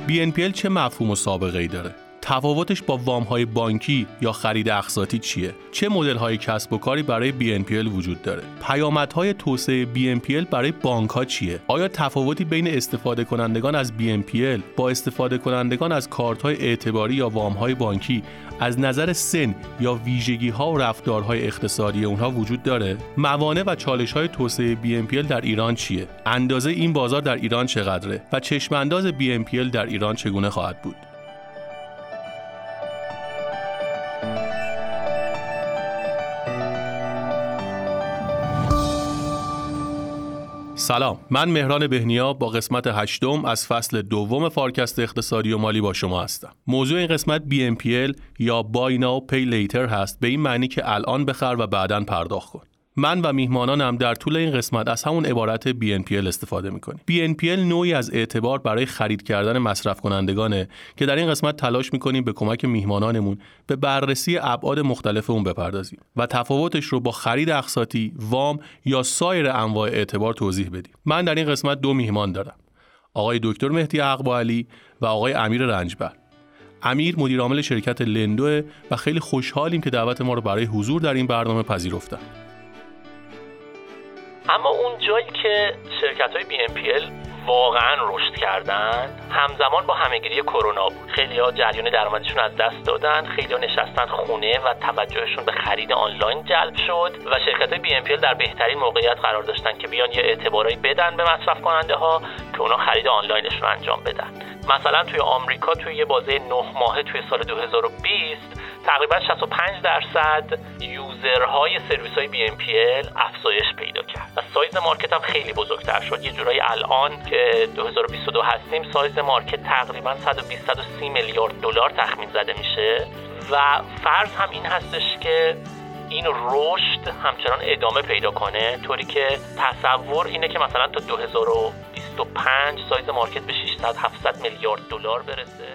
BNPL چه مفهوم و سابقه‌ای داره؟ تفاوتش با وام‌های بانکی یا خرید اقساطی چیه؟ چه مدل‌های کسب و کاری برای BNPL وجود داره؟ پیامدهای توسعه BNPL برای بانک‌ها چیه؟ آیا تفاوتی بین استفاده کنندگان از BNPL با استفاده کنندگان از کارت‌های اعتباری یا وام‌های بانکی از نظر سن یا ویژگی‌ها و رفتارهای اقتصادی اونها وجود داره؟ موانع و چالش‌های توسعه BNPL در ایران چیه؟ اندازه این بازار در ایران چقدره و چشم‌انداز BNPL در ایران چگونه خواهد بود؟ سلام، من مهران بهنیا با قسمت 8 از فصل 2 فارکست اقتصادی و مالی با شما هستم. موضوع این قسمت BNPL یا Buy Now Pay Later هست، به این معنی که الان بخر و بعداً پرداخت کن. من و میهمانانم در طول این قسمت از همون عبارت BNPL استفاده میکنیم. BNPL نوعی از اعتبار برای خرید کردن مصرف کنندگانه که در این قسمت تلاش میکنیم به کمک میهمانانمون به بررسی ابعاد مختلف اون بپردازیم و تفاوتش رو با خرید اقساطی، وام یا سایر انواع اعتبار توضیح بدیم. من در این قسمت 2 میهمان دارم. آقای دکتر مهدی عقب‌علی و آقای امیر رنجبر. امیر مدیر عامل شرکت لندو و خیلی خوشحالیم که دعوت ما رو برای حضور در این برنامه پذیرفتن. اما اون جایی که شرکت‌های BNPL واقعاً رشد کردن همزمان با همه‌گیری کرونا بود. خیلی‌ها جریان درآمدشون از دست دادن، خیلی‌ها نشستن خونه و توجهشون به خرید آنلاین جلب شد و شرکت‌های BNPL در بهترین موقعیت قرار داشتن که بیان یه اعتباری بدن به مصرف کننده‌ها که اونا خرید آنلاینشون رو انجام بدن. مثلا توی آمریکا توی یه بازه 9 ماهه توی سال 2020 تقریبا 65% یوزرهای سرویس‌های BNPL افزایش پیدا کرد و سایز مارکت هم خیلی بزرگتر شد. یه جورایی الان که 2022 هستیم سایز مارکت تقریبا 120-130 میلیارد دلار تخمین زده میشه و فرض هم این هستش که این رشد همچنان ادامه پیدا کنه، طوری که تصور اینه که مثلا تا 2025 سایز مارکت به 600-700 میلیارد دلار برسه.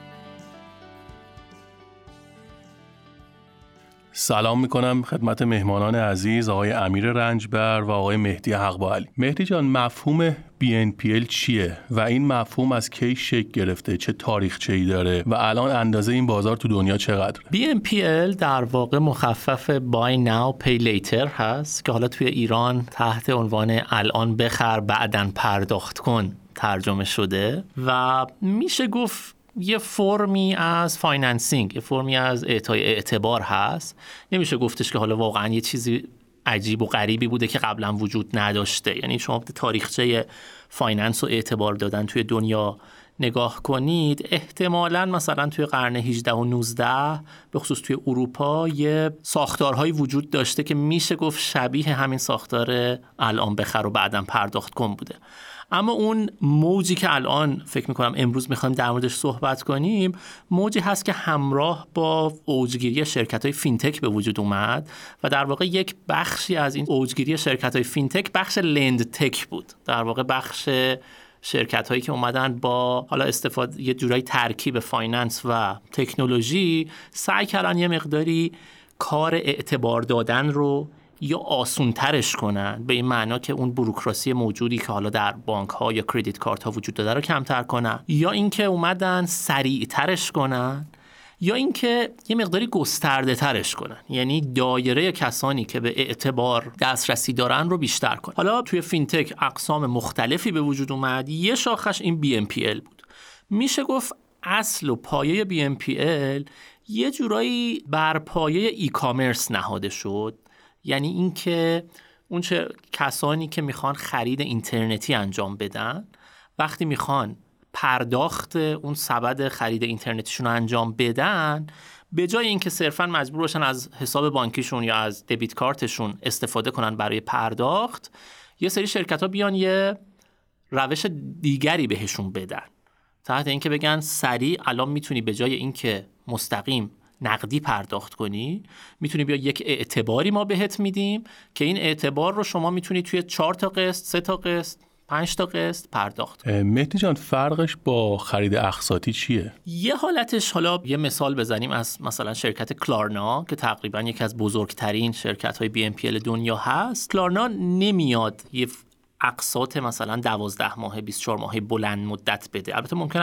سلام میکنم خدمت مهمانان عزیز آقای امیر رنجبر و آقای مهدی عقب‌علی. مهدی جان، مفهوم BNPL چیه و این مفهوم از کی شکل گرفته؟ چه تاریخچه‌ای داره و الان اندازه این بازار تو دنیا چقدره؟ BNPL در واقع مخفف Buy Now Pay Later هست که حالا توی ایران تحت عنوان الان بخر بعداً پرداخت کن ترجمه شده و میشه گفت یه فرمی از فایننسینگ، یه فرمی از اعطای اعتبار هست. نمیشه گفتش که حالا واقعا یه چیزی عجیب و غریبی بوده که قبلا وجود نداشته. یعنی شما به تاریخچه فایننس و اعتبار دادن توی دنیا نگاه کنید، احتمالاً مثلا توی قرن 18 و 19 به خصوص توی اروپا یه ساختارهایی وجود داشته که میشه گفت شبیه همین ساختار الان بخر و بعداً پرداخت کن بوده. اما اون موجی که الان فکر میکنم امروز میخوایم در موردش صحبت کنیم، موجی هست که همراه با اوجگیری شرکت‌های فینتک به وجود اومد و در واقع یک بخشی از این اوجگیری شرکت‌های فینتک بخش لند تک بود. در واقع بخش شرکت‌هایی که اومدن با حالا استفاده یه جورایی ترکیب فایننس و تکنولوژی سعی کردن یه مقداری کار اعتبار دادن رو یا آسون‌ترش کنن، به این معنا که اون بوروکراسی موجودی که حالا در بانک‌ها یا کردیت کارت‌ها وجود داره رو کمتر کنن، یا اینکه اومدن سریع‌ترش کنن، یا اینکه یه مقداری گسترده‌ترش کنن، یعنی دایره کسانی که به اعتبار دسترسی دارن رو بیشتر کنن. حالا توی فینتک اقسام مختلفی به وجود اومد، یه شاخش این BNPL بود. میشه گفت اصل و پایه BNPL یه جورایی بر پایه ای کامرس نهاده شد. یعنی این که اون چه کسانی که میخوان خرید اینترنتی انجام بدن، وقتی میخوان پرداخت اون سبد خرید اینترنتیشون رو انجام بدن، به جای اینکه صرفاً مجبور باشن از حساب بانکیشون یا از دبیت کارتشون استفاده کنن برای پرداخت، یه سری شرکت‌ها بیان یه روش دیگری بهشون بدن، تحت اینکه بگن سریع الان میتونی به جای اینکه مستقیم نقدی پرداخت کنی، میتونی بیا یک اعتباری ما بهت میدیم که این اعتبار رو شما میتونی توی 4 تا قسط، 3 تا قسط، 5 تا قسط پرداخت کنی. مهدی جان، فرقش با خرید اقساطی چیه؟ یه حالتش، حالا یه مثال بزنیم از مثلا شرکت کلارنا که تقریبا یکی از بزرگترین شرکت‌های BNPL دنیا هست. کلارنا نمیاد یه اقساط مثلا 12 ماهه 24 ماهه بلند مدت بده. البته ممکنه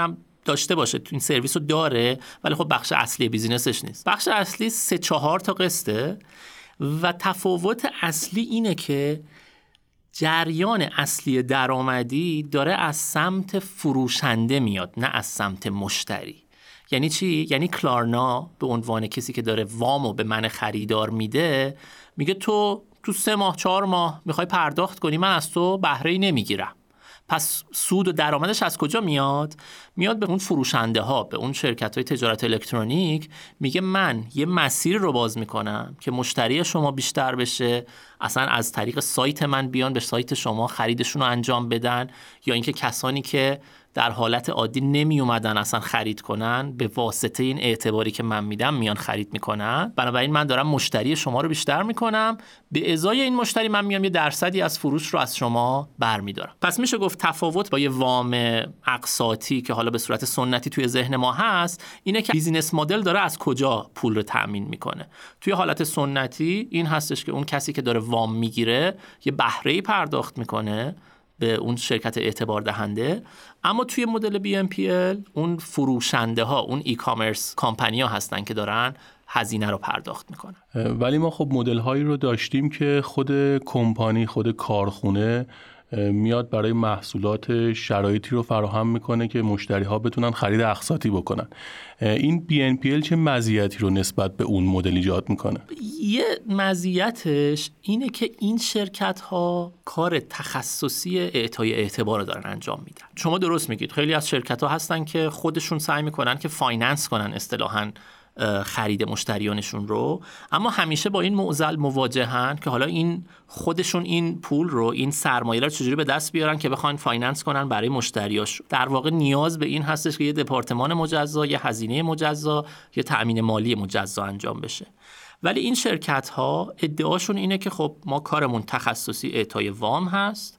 داشته باشه، این سرویس رو داره ولی خب بخش اصلی بیزینسش نیست. بخش اصلی 3-4 تا قسطه و تفاوت اصلی اینه که جریان اصلی درآمدی داره از سمت فروشنده میاد، نه از سمت مشتری. یعنی چی؟ یعنی کلارنا به عنوان کسی که داره وامو به من خریدار میده، میگه تو 3 ماه 4 ماه میخوای پرداخت کنی، من از تو بهره‌ای نمیگیرم. پس سود و درآمدش از کجا میاد؟ میاد به اون فروشنده ها، به اون شرکت های تجارت الکترونیک، میگه من یه مسیر رو باز میکنم که مشتری شما بیشتر بشه، اصلا از طریق سایت من بیان به سایت شما خریدشون رو انجام بدن، یا اینکه کسانی که در حالت عادی نمی اومدن اصلا خرید کنن به واسطه این اعتباری که من میدم میان خرید میکنن. بنابراین من دارم مشتری شما رو بیشتر میکنم، به ازای این مشتری من میام یه درصدی از فروش رو از شما برمیدارم. پس میشه گفت تفاوت با یه وام اقساطی که حالا به صورت سنتی توی ذهن ما هست اینه که بیزینس مدل داره از کجا پول رو تامین میکنه. توی حالت سنتی این هستش که اون کسی که داره وام میگیره یه بهره‌ای پرداخت میکنه به اون شرکت اعتبار دهنده، اما توی مدل BNPL اون فروشنده ها، اون ای کامرس کامپنی ها هستن که دارن هزینه رو پرداخت میکنن. ولی ما خب مدل هایی رو داشتیم که خود کمپانی، خود کارخونه میاد برای محصولات شرایطی رو فراهم میکنه که مشتری ها بتونن خرید اقساطی بکنن. این BNPL چه مزیتی رو نسبت به اون مدل ایجاد میکنه؟ یه مزیتش اینه که این شرکت ها کار تخصصی اعطای اعتبار رو دارن انجام میدن. شما درست میگید، خیلی از شرکت ها هستن که خودشون سعی میکنن که فایننس کنن اصطلاحاً خرید مشتریانشون رو، اما همیشه با این معضل مواجهن که حالا این خودشون این پول رو، این سرمایه رو چجوری به دست بیارن که بخوان فایننس کنن برای مشتریاشون. در واقع نیاز به این هستش که یه دپارتمان مجزا، یه هزینه مجزا، یه تأمین مالی مجزا انجام بشه. ولی این شرکت ها ادعاشون اینه که خب ما کارمون تخصصی اعطای وام هست،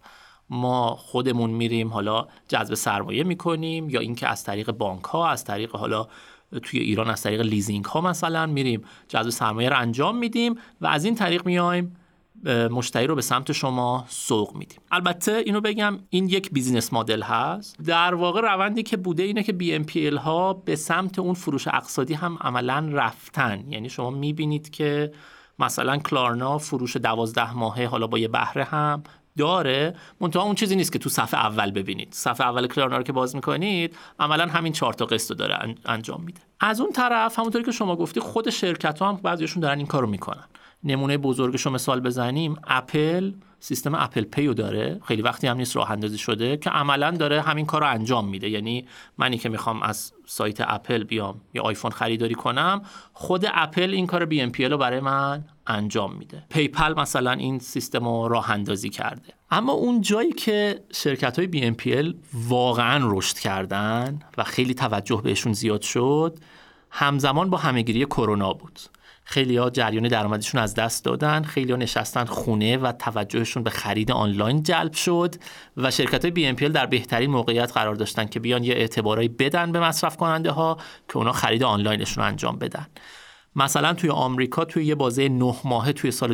ما خودمون میریم حالا جذب سرمایه میکنیم، یا اینکه از طریق بانک ها، از طریق حالا توی ایران از طریق لیزینگ ها مثلا میریم جذب سرمایه رو انجام میدیم و از این طریق میایم مشتری رو به سمت شما سوق میدیم. البته اینو بگم این یک بیزینس مدل هست. در واقع روندی که بوده اینه که BNPL ها به سمت اون فروش اقساطی هم عملاً رفتن. یعنی شما میبینید که مثلا کلارنا فروش 12 ماهه حالا با یه بهره هم داره، منتها اون چیزی نیست که تو صفحه اول ببینید. صفحه اول کلارنا رو که باز میکنید عملا همین 4 تا قسط رو داره انجام میده. از اون طرف همونطوری که شما گفتی خود شرکت ها هم بعضیشون دارن این کارو میکنن. نمونه بزرگشو مثال بزنیم، اپل سیستم اپل پی رو داره، خیلی وقتی هم نیست راه اندازی شده، که عملا داره همین کارو انجام میده. یعنی منی که میخوام از سایت اپل بیام یا آیفون خریداری کنم، خود اپل این کار BNPL رو برای من انجام میده. پیپل مثلا این سیستم رو راه اندازی کرده. اما اون جایی که شرکت‌های BNPL واقعا رشد کردن و خیلی توجه بهشون زیاد شد، همزمان با همه‌گیری کرونا بود. خیلی‌ها جریان درآمدشون از دست دادن، خیلی‌ها نشستن خونه و توجهشون به خرید آنلاین جلب شد و شرکت‌های BNPL در بهترین موقعیت قرار داشتن که بیان یه اعتبارایی بدن به مصرف کننده ها که اونا خرید آنلاینشون رو انجام بدن. مثلا توی آمریکا توی یه بازه 9 ماهه توی سال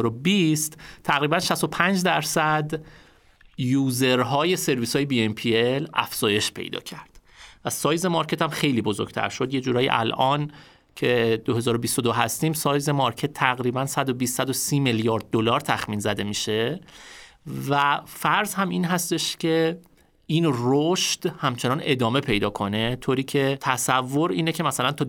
2020 تقریبا 65% یوزرهای سرویس‌های BNPL افزایش پیدا کرد و سایز مارکت هم خیلی بزرگتر شد. یه جورایی الان که 2022 هستیم سایز مارکت تقریبا 120-130 میلیارد دلار تخمین زده میشه و فرض هم این هستش که این رشد همچنان ادامه پیدا کنه، طوری که تصور اینه که مثلا تا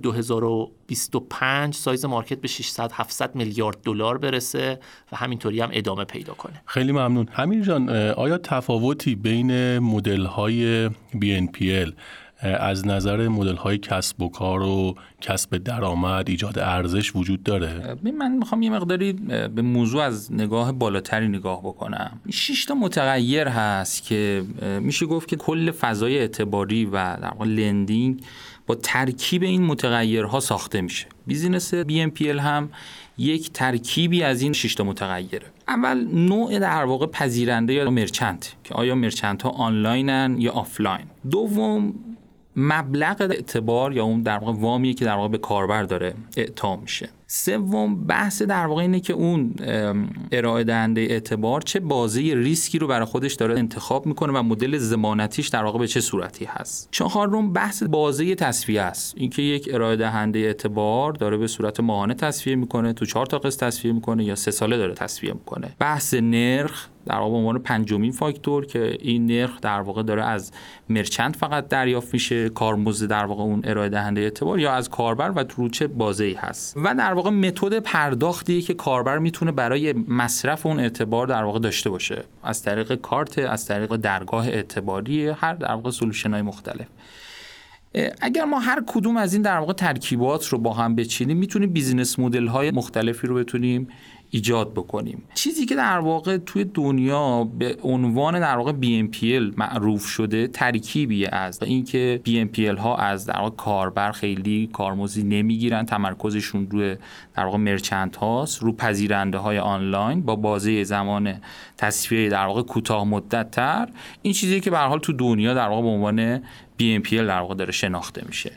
2025 سایز مارکت به 600-700 میلیارد دلار برسه و همینطوری هم ادامه پیدا کنه. خیلی ممنون. امیر جان، آیا تفاوتی بین مدل‌های BNPL از نظر مدل‌های کسب و کار و کسب درآمد، ایجاد ارزش وجود داره؟ من میخوام یه مقداری به موضوع از نگاه بالاتری نگاه بکنم. 6 تا متغیر هست که میشه گفت که کل فضای اعتباری و در واقع لندینگ با ترکیب این متغیرها ساخته میشه. بیزینس BNPL هم یک ترکیبی از این 6 تا متغیره. اول نوع در واقع پذیرنده یا مرچنت، که آیا مرچنت ها آنلاینن یا آفلاین. دوم مبلغ اعتبار یا اون در واقع وامیه که در واقع به کاربر داره اعطا میشه. سوم بحث در واقع اینه که اون ارائه دهنده اعتبار چه بازه ریسکی رو برای خودش داره انتخاب میکنه و مدل ضمانتیش در واقع به چه صورتی هست. چهارم بحث بازه تصفیه است. اینکه یک ارائه دهنده اعتبار داره به صورت ماهانه تصفیه میکنه، تو 4 تا قسط تصفیه میکنه یا 3 ساله داره تصفیه میکنه. بحث نرخ در واقع به عنوان پنجمین فاکتور که این نرخ در واقع داره از مرچنت فقط دریافت میشه، کارمزد در واقع اون ارائه دهنده اعتبار، یا از کاربر و رو چه بازه‌ای هست. و در واقع متد پرداختی که کاربر میتونه برای مصرف اون اعتبار در واقع داشته باشه، از طریق کارت، از طریق درگاه اعتباری، هر در واقع سولوشن‌های مختلف. اگر ما هر کدوم از این در واقع ترکیبات رو با هم بچینیم میتونیم بیزینس مدل‌های مختلفی رو بتونیم ایجاد بکنیم. چیزی که در واقع توی دنیا به عنوان در واقع BNPL معروف شده ترکیبیه از اینکه BNPL ها از در واقع کاربر خیلی کارمزدی نمیگیرن، تمرکزشون روی در واقع مرچنت هاست، رو پذیرنده های آنلاین با بازه زمان تصفیه در واقع کوتاه مدت تر. این چیزی که به هر حال تو دنیا در واقع به عنوان BNPL در واقع داره شناخته میشه.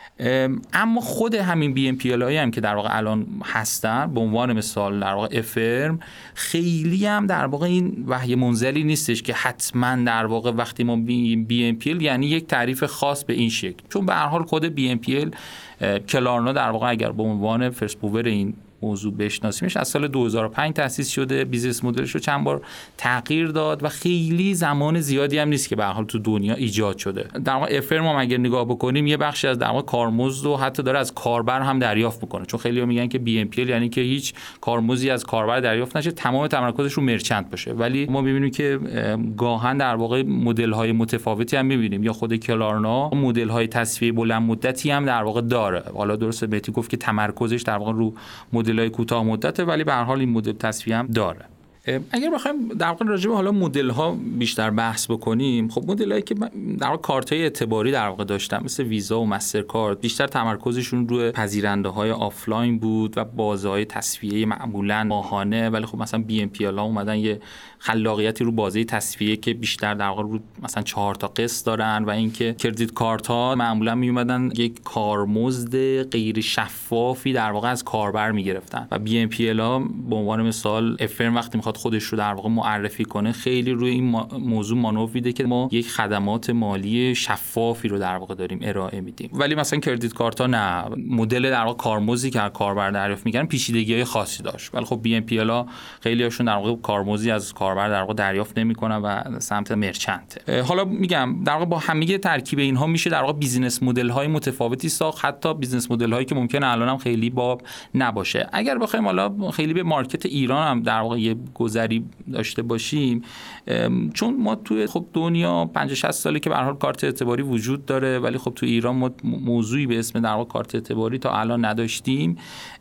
اما خود همین BNPL هایی هم که در واقع الان هستن به عنوان مثال در واقع افرم، خیلی هم در واقع این وحی منزلی نیستش که حتما در واقع وقتی ما BNPL یعنی یک تعریف خاص به این شکل، چون به هر حال خود BNPL کلارنا در واقع اگر به عنوان فرست موور این موضوع بشناسیمش از سال 2005 تأسیس شده، بیزنس مدلش رو چند بار تغییر داد و خیلی زمان زیادی هم نیست که به هر حال تو دنیا ایجاد شده. در واقع افرم هم اگر نگاه بکنیم یه بخشی از در واقع کارمزد رو حتی داره از کاربر هم دریافت میکنه، چون خیلی‌ها میگن که BNPL یعنی که هیچ کارمزدی از کاربر دریافت نشه، تمام تمرکزش رو مرچنت باشه. ولی ما می‌بینیم که گاهن در واقع مدل‌های متفاوتی هم می‌بینیم، یا خود کلارنا مدل‌های تصفیه بلند مدتی هم در واقع داره. حالا درسته بهتی گفت که تمرکزش در واقع رو مدل‌های کوتاه مدته، ولی به هر حال این مدل تصفیه هم داره. اگر بخوایم در واقع راجع به حالا مدل‌ها بیشتر بحث بکنیم، خب مدل‌هایی که در واقع کارت‌های اعتباری در واقع داشتن مثل ویزا و مسترکارد بیشتر تمرکزشون روی پذیرنده‌های آفلاین بود و بازه‌های تصفیه معمولاً ماهانه، ولی خب مثلا BNPL ها اومدن یه خلاقیتی رو بازه تصفیه که بیشتر در واقع رو مثلا 4 تا قسط دارن، و اینکه کردیت کارت ها معمولا می اومدن یک کارمزد غیر شفافی در واقع از کاربر میگرفتن و BNPL ها به عنوان مثال افرم وقتی میخواد خودش رو در واقع معرفی کنه خیلی روی این موضوع مانور میده که ما یک خدمات مالی شفافی رو در واقع داریم ارائه میدیم. ولی مثلا کردیت کارت ها نه، مدل در واقع کارمزدی که کاربر دریافت میکنن پیچیدگی‌های خاصی داشت، ولی خب BNPL ها خیلی هاشون در واقع کارمزدی از کاربر در واقع دریافت نمیکنن و سمت مرچنت. حالا میگم در واقع با همه ترکیب اینها میشه در واقع بیزینس مدل های متفاوتی ساخت، حتی بیزینس مدل هایی که ممکنه الان هم خیلی باب نباشه. اگر بخوایم حالا خیلی به مارکت ایران هم در واقع یه گذری داشته باشیم، چون ما توی خب دنیا 50-60 ساله که به هر حال کارت اعتباری وجود داره، ولی خب تو ایران ما موضوعی به اسم در واقع کارت اعتباری تا الان نداشتیم.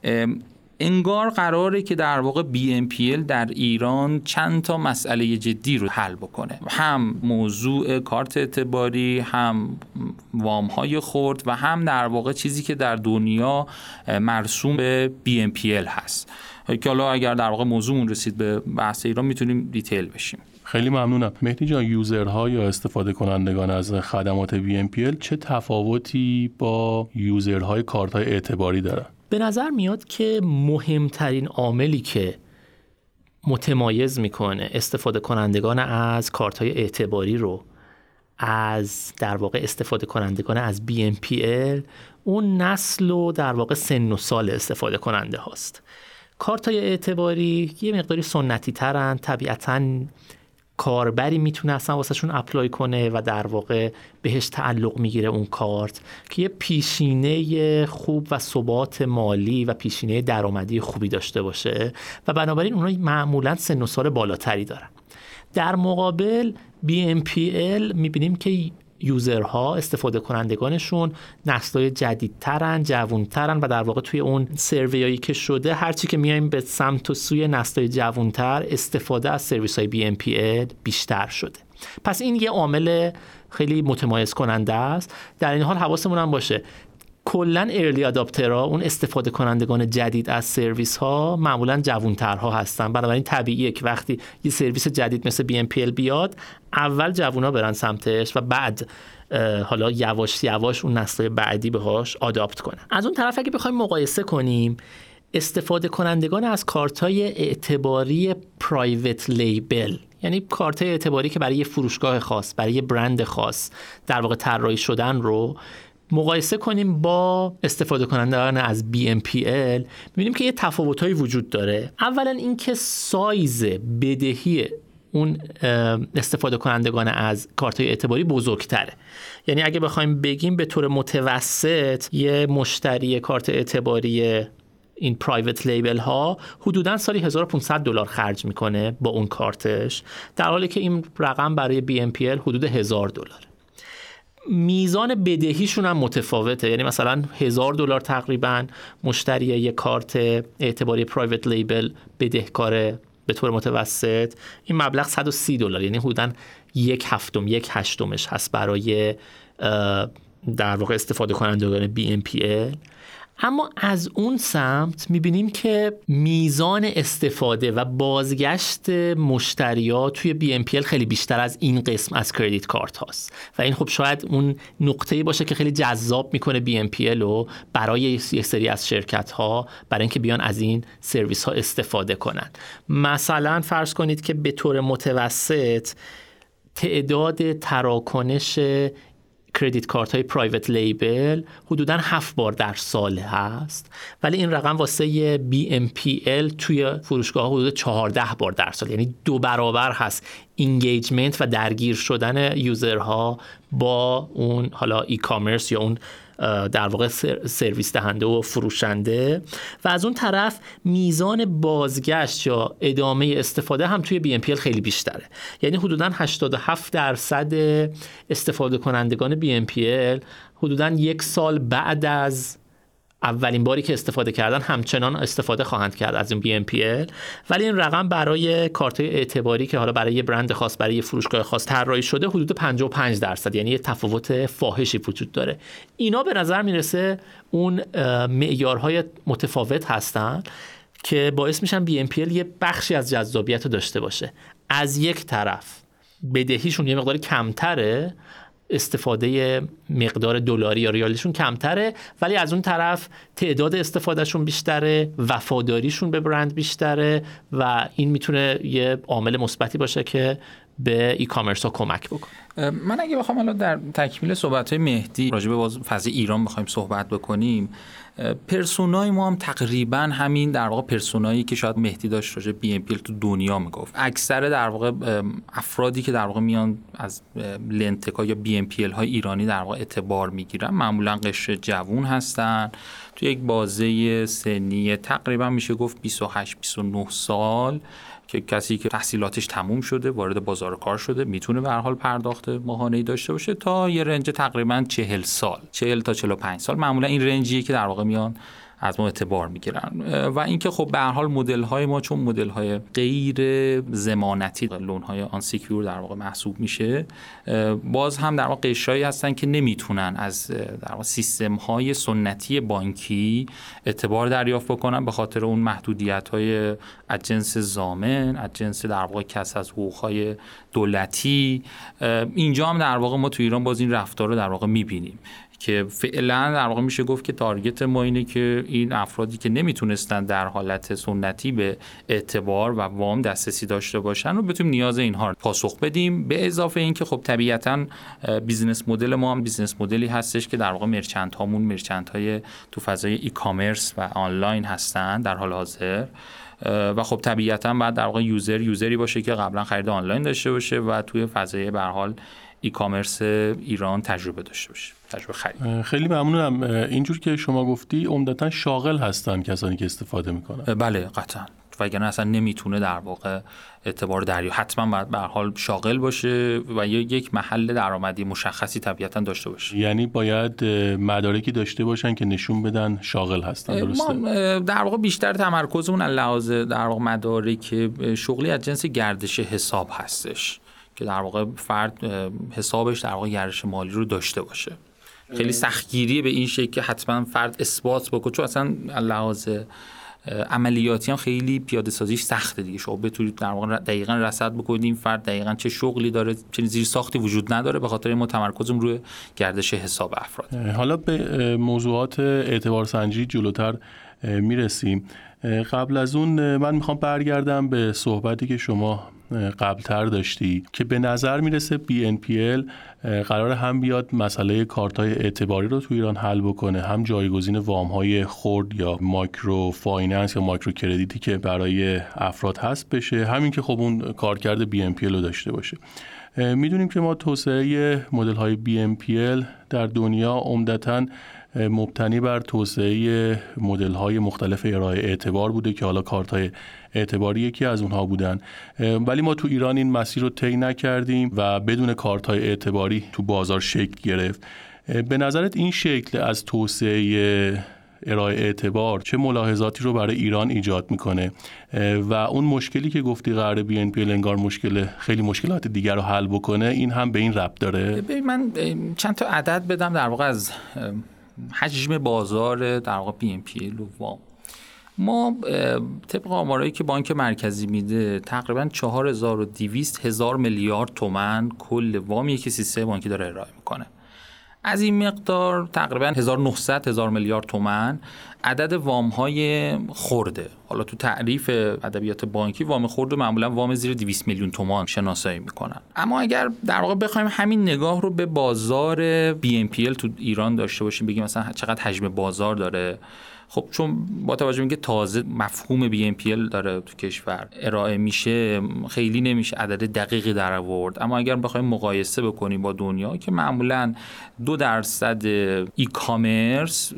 انگار قراره که در واقع BNPL در ایران چند تا مسئله جدی رو حل بکنه، هم موضوع کارت اعتباری، هم وام‌های خرد و هم در واقع چیزی که در دنیا مرسوم به BNPL هست که حالا اگر در واقع موضوعمون رسید به بحث ایران میتونیم دیتیل بشیم. خیلی ممنونم. مهدی جان، یوزرها یا استفاده کنندگان از خدمات BNPL چه تفاوتی با یوزرهای کارت‌های اعتباری دارن؟ به نظر میاد که مهمترین عاملی که متمایز میکنه استفاده کنندگان از کارت‌های اعتباری رو از در واقع استفاده کنندگان از BNPL اون نسل و در واقع سن و سال استفاده کننده هاست. کارت‌های اعتباری یه مقداری سنتی ترن، طبیعتاً کاربری میتونه اصلا واسهشون اپلای کنه و در واقع بهش تعلق میگیره اون کارت که یه پیشینه خوب و ثبات مالی و پیشینه درآمدی خوبی داشته باشه و بنابراین اونها معمولاً سن و سال بالاتری دارن. در مقابل BNPL میبینیم که یوزرها استفاده کنندگانشون نسل‌های جدیدترن، جوانترن و در واقع توی اون سرویایی که شده هرچی که میایم به سمت و سوی نسل‌های جوانتر استفاده از سرویس‌های BNPL بیشتر شده. پس این یه عامل خیلی متمایز کننده است. در این حال حواسمون هم باشه کلاً ارلی آداپترها، اون استفاده کنندگان جدید از سرویس ها معمولاً جوانترها هستن. بنابراین طبیعیه که وقتی یه سرویس جدید مثل BNPL بیاد اول جوونا برن سمتش و بعد حالا یواش یواش اون نسل بعدی بهاش آداپت کنن. از اون طرف اگه بخوایم مقایسه کنیم استفاده کنندگان از کارت‌های اعتباری پرایوت لیبل، یعنی کارت‌های اعتباری که برای یه فروشگاه خاص، برای یه برند خاص در واقع طراحی شدن رو مقایسه کنیم با استفاده کنندگان از BNPL، می‌بینیم که یه تفاوت‌هایی وجود داره. اولا اینکه سایز بدهی اون استفاده کنندگان از کارت‌های اعتباری بزرگتره. یعنی اگه بخوایم بگیم به طور متوسط یه مشتری کارت اعتباری این پرایوت لیبل ها حدوداً سالی $1500 خرج میکنه با اون کارتش، در حالی که این رقم برای BNPL حدود $1000. میزان بدهیشون هم متفاوته، یعنی مثلا $1000 تقریبا مشتری یک کارت اعتباری پرایوت لیبل بدهکاره به طور متوسط، این مبلغ $130، یعنی حدوداً 1/7 هست برای در واقع استفاده کنندگان BNPL. اما از اون سمت میبینیم که میزان استفاده و بازگشت مشتریات توی BNPL خیلی بیشتر از این قسم از کردیت کارت هاست و این خب شاید اون نقطه‌ای باشه که خیلی جذاب میکنه BNPL رو برای یک سری از شرکت ها برای اینکه بیان از این سرویس ها استفاده کنن. مثلا فرض کنید که به طور متوسط تعداد تراکنش کردیت کارت های پرایوت لیبل حدوداً 7 بار در سال هست، ولی این رقم واسه BNPL توی فروشگاه حدود 14 بار در سال، یعنی 2 برابر هست اینگیجمنت و درگیر شدن یوزرها با اون حالا ای کامرس یا اون در واقع سرویس دهنده و فروشنده. و از اون طرف میزان بازگشت یا ادامه استفاده هم توی BNPL خیلی بیشتره، یعنی حدوداً 87% استفاده کنندگان BNPL حدوداً 1 سال بعد از اولین باری که استفاده کردن همچنان استفاده خواهند کرد از این BNPL. ولی این رقم برای کارت‌های اعتباری که حالا برای یه برند خاص، برای یه فروشگاه خاص طراحی شده حدود 55%، یعنی یه تفاوت فاحشی وجود داره. اینا به نظر میرسه اون معیارهای متفاوت هستن که باعث میشن BNPL یه بخشی از جذابیت رو داشته باشه. از یک طرف بدهیشون یه مقدار کمتره، استفاده مقدار دلاری یا ریالیشون کمتره، ولی از اون طرف تعداد استفادهشون بیشتره، وفاداریشون به برند بیشتره و این میتونه یه عامل مثبتی باشه که به ای کامرس ها کمک بکنه. من اگه بخوام الان در تکمیل صحبت‌های مهدی راجع به فضای ایران بخوایم صحبت بکنیم، پرسونای ما هم تقریبا همین در واقع پرسونایی که شاید مهدی داشت راجع به BNPL تو دنیا میگفت. اکثر در واقع افرادی که در واقع میان از لنتکا یا BNPL های ایرانی در واقع اعتبار میگیرن معمولا قشر جوون هستن، تو یک بازه سنی تقریبا میشه گفت 28-29 سال، که کسی که تحصیلاتش تموم شده، وارد بازار کار شده، میتونه به هر حال پرداخت ماهانه‌ای داشته باشه، تا یه رنج تقریبا 40 سال، 40 تا 45 سال معمولا این رنجیه که در واقع میان از ما اعتبار میگیرن. و اینکه خب به هر حال مدل‌های ما چون مدل‌های غیر ضمانتی، لون‌های آن سکیور در واقع محسوب میشه، باز هم در واقع قشرایی هستن که نمیتونن از در واقع سیستم‌های سنتی بانکی اعتبار دریافت بکنن به خاطر اون محدودیت‌های از جنس ضامن، از جنس در واقع کسب از حقوق‌های دولتی. اینجا هم در واقع ما تو ایران باز این رفتار رو در واقع می‌بینیم که فعلا در واقع میشه گفت که تارگت ما اینه که این افرادی که نمیتونستن در حالت سنتی به اعتبار و وام دسترسی داشته باشن رو بتونیم نیاز اینها رو پاسخ بدیم. به اضافه این که خب طبیعتاً بیزنس مدل ما هم بیزنس مدلی هستش که در واقع مرچنت هامون مرچنت های تو فضای ای کامرس و آنلاین هستن در حال حاضر و خب طبیعتاً بعد در واقع یوزری باشه که قبلا خرید آنلاین داشته باشه و توی فضای به هر حال ای کامرس ایران تجربه داشته باشه، تجربه خرید. خیلی ممنونم. اینجور که شما گفتی عمدتاً شاغل هستن کسانی که استفاده میکنن. بله قطعاً، وگرنه اصلا نمیتونه در واقع اعتبار دریافت، حتما باید به هر حال شاغل باشه و یک محل درآمدی مشخصی طبیعتاً داشته باشه. یعنی باید مدارکی داشته باشن که نشون بدن شاغل هستن، درسته؟ ما در واقع بیشتر تمرکزمون از لحاظ در واقع مدارک شغلی از جنس گردش حساب هستش که در واقع فرد حسابش در واقع گردش مالی رو داشته باشه. خیلی سختگیری به این شکل که حتما فرد اثبات بکنه، چون اصلا لحاظ عملیاتی هم خیلی پیاده سازیش سخته دیگه. شما بتونید در واقع دقیقاً رصد بکنید این فرد دقیقاً چه شغلی داره، چه زیر ساختی وجود نداره، به خاطر ما تمرکزم روی گردش حساب افراد. حالا به موضوعات اعتبار سنجی جلوتر میرسیم. قبل از اون من میخوام برگردم به صحبتی که شما قبلتر داشتی که به نظر میرسه BNPL قرار هم بیاد مسئله کارت‌های اعتباری رو تو ایران حل بکنه، هم جایگزین وام‌های خرد یا مایکرو فایننس یا مایکرو کردیتی که برای افراد هست بشه، همین که خب اون کارکرد BNPL رو داشته باشه. میدونیم که ما توسعه مدل‌های BNPL در دنیا عمدتاً مبتنی بر توسعه مدل‌های مختلف ارائه اعتبار بوده که حالا کارت‌های اعتباری یکی از اونها بودن، ولی ما تو ایران این مسیر رو طی نکردیم و بدون کارت‌های اعتباری تو بازار شکل گرفت. به نظرت این شکل از توسعه ارائه اعتبار چه ملاحظاتی رو برای ایران ایجاد میکنه و اون مشکلی که گفتی قراره BNPL انگار خیلی مشکلات دیگر رو حل بکنه، این هم به این ربط داره؟ من چند تا عدد بدم در واقع از حجم بازار در واقع BNPL و وام. ما طبق آمارایی که بانک مرکزی میده تقریبا 4200 میلیارد تومان کل وامی که سیستم بانکی داره ارائه میکنه. از این مقدار تقریبا 1900 میلیارد تومان عدد وام های خرده. حالا تو تعریف ادبیات بانکی وام خرد معمولا وام زیر 200 میلیون تومان شناسایی میکنن. اما اگر در واقع بخوایم همین نگاه رو به بازار BNPL تو ایران داشته باشیم، بگیم مثلا چقدر حجم بازار داره، خب چون با توجه به اینکه تازه مفهوم BNPL داره تو کشور ارائه میشه خیلی نمیشه عدد دقیقی در آورد. اما اگر بخوایم مقایسه بکنیم با دنیا که معمولاً 2% ای کامرس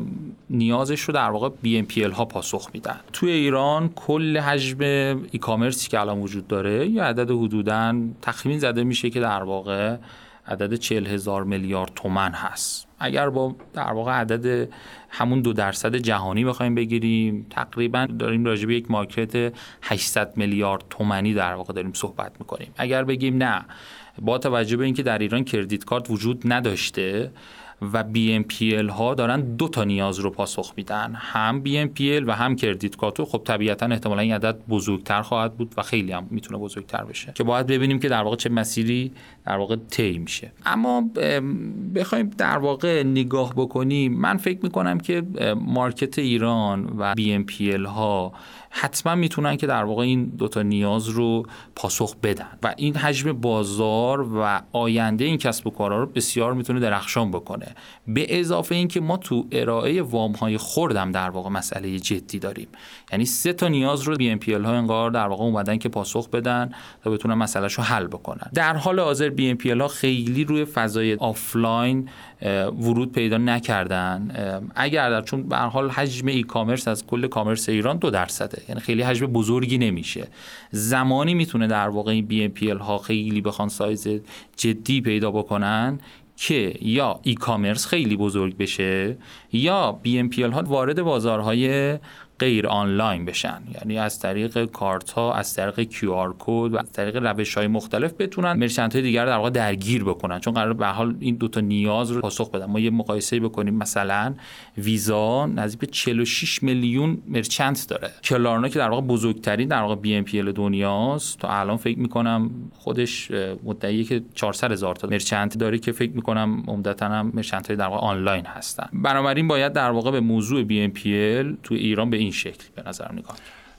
نیازش رو در واقع BNPL ها پاسخ میدن. توی ایران کل حجم ای کامرسی که الان وجود داره یا عدد حدوداً تخمین زده میشه که در واقع عدد 40,000 میلیارد تومان هست. اگر با در واقع عدد همون 2% جهانی بخوایم بگیریم تقریبا داریم راجع به یک مارکت 800 میلیارد تومانی در واقع داریم صحبت میکنیم. اگر بگیم نه، با توجه به اینکه در ایران کردیت کارت وجود نداشته و BNPL ها دارن 2 تا نیاز رو پاسخ میدن، هم BNPL و هم کردیت کارت، خب طبیعتا احتمالاً این عدد بزرگتر خواهد بود و خیلی هم میتونه بزرگتر بشه که باید ببینیم که در واقع چه مسیری در واقع طی میشه. اما بخوایم در واقع نگاه بکنیم، من فکر میکنم که مارکت ایران و BNPL ها حتما میتونن که در واقع این 2 تا نیاز رو پاسخ بدن و این حجم بازار و آینده این کسب و کارها رو بسیار میتونه درخشان بکنه. به اضافه این که ما تو ارائه وام های خرد هم در واقع مسئله جدی داریم، یعنی 3 تا نیاز رو BNPL ها انگار در واقع اومدن که پاسخ بدن تا بتونن مسئلهشو حل بکنن. در حال حاضر BNPL ها خیلی روی فضای آفلاین ورود پیدا نکردن، اگر چون به هر حال حجم ای کامرس از کل کامرس ایران 2%، یعنی خیلی حجم بزرگی نمیشه. زمانی میتونه در واقع این BNPL ها خیلی بخوان سایز جدی پیدا بکنن که یا ای کامرس خیلی بزرگ بشه یا BNPL ها وارد بازارهای غیر آنلاین بشن، یعنی از طریق کارت ها، از طریق QR کد و از طریق روش های مختلف بتونن مرچنت های دیگر در واقع درگیر بکنن، چون قرار به حال این 2 تا نیاز رو پاسخ بدن. ما یه مقایسه بکنیم، مثلا ویزا نزدیک به 46 میلیون مرچنت داره، کلارنا که در واقع بزرگترین در واقع BNPL دنیاست تا الان فکر میکنم خودش مدعیه که 400,000 تا مرچنت داره که فکر میکنم عمدتاً هم مرچنت های در واقع آنلاین هستن. بنابراین باید در واقع به موضوع BNPL تو ایران به این شکل به نظر نگاه.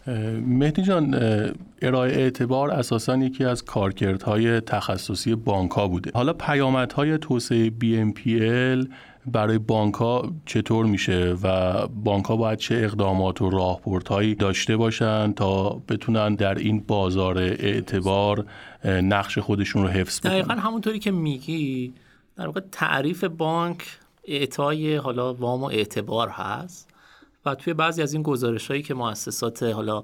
مهدی جان، ارائه اعتبار اساساً یکی از کارکردهای تخصصی بانک‌ها بوده. حالا پیامدهای توسعه BNPL برای بانک‌ها چطور میشه و بانک‌ها باید چه اقدامات و راهبردهایی داشته باشن تا بتونن در این بازار اعتبار نقش خودشون رو حفظ بکنن؟ دقیقاً همونطوری که میگی، در واقع تعریف بانک اعطای حالا وام و اعتبار هست و توی بعضی از این گزارش‌هایی که مؤسسات حالا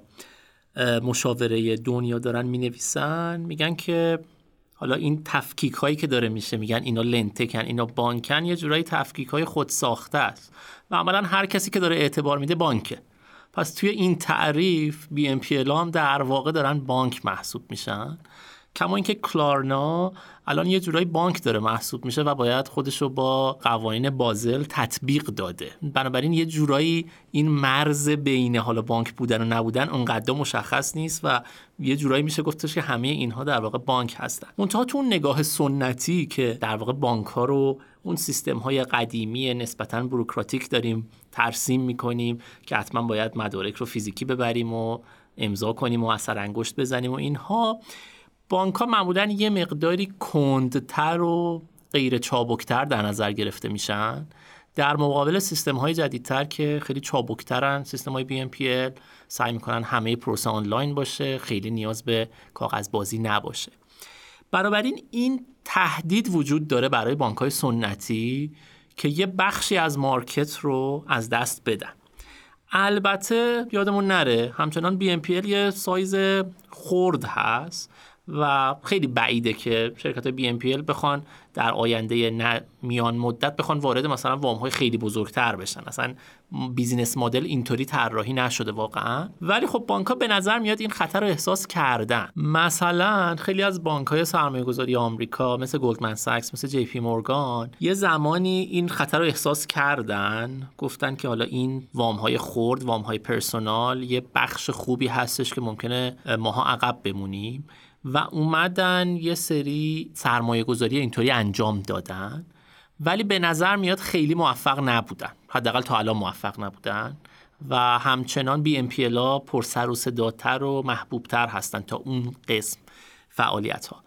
مشاوره دنیا دارن می‌نویسن، میگن که حالا این تفکیک‌هایی که داره میشه، میگن اینا لنتکن، اینا بانکن، یه جورایی تفکیک‌های خود ساخته است و عملاً هر کسی که داره اعتبار میده بانکه. پس توی این تعریف BNPL هم در واقع دارن بانک محسوب میشن، کما اینکه کلارنا الان یه جورایی بانک داره محسوب میشه و باید خودشو با قوانین بازل تطبیق داده. بنابراین یه جورایی این مرز بین حالا بانک بودن و نبودن اونقدر مشخص نیست و یه جورایی میشه گفتش که همه اینها در واقع بانک هستن. منتها تو اون نگاه سنتی که در واقع بانک ها رو اون سیستم‌های قدیمی نسبتاً بوروکراتیک داریم ترسیم می‌کنیم که حتما باید مدارک رو فیزیکی ببریم و امضا کنیم و اثر انگشت بزنیم و اینها. بانک‌ها معمولاً یه مقداری کندتر و غیر چابکتر در نظر گرفته میشن در مقابل سیستم‌های جدیدتر که خیلی چابکترن. سیستم‌های BNPL سعی می‌کنن همه پروسه آنلاین باشه، خیلی نیاز به کاغذبازی نباشه. بنابراین این تهدید وجود داره برای بانک‌های سنتی که یه بخشی از مارکت رو از دست بدن. البته یادمون نره همچنان BNPL یه سایز خرد هست و خیلی بعیده که شرکت BNPL بخوان در آینده میان مدت بخوان وارد مثلا وام‌های خیلی بزرگتر بشن. اصلا بیزینس مدل اینطوری طراحی نشده واقعا. ولی خب بانک‌ها به نظر میاد این خطر رو احساس کردن. مثلا خیلی از بانک‌های سرمایه‌گذاری آمریکا مثل گلدمن ساکس، مثل جی پی مورگان یه زمانی این خطر رو احساس کردن، گفتن که حالا این وام‌های خرد، وام‌های پرسونال یه بخش خوبی هستش که ممکنه ماها عقب بمونیم و اومدن یه سری سرمایه گذاری اینطوری انجام دادن، ولی به نظر میاد خیلی موفق نبودن، حداقل تا الان موفق نبودن و همچنان BNPL ها پر سر و صداتر و محبوبتر هستن تا اون قسم فعالیت ها.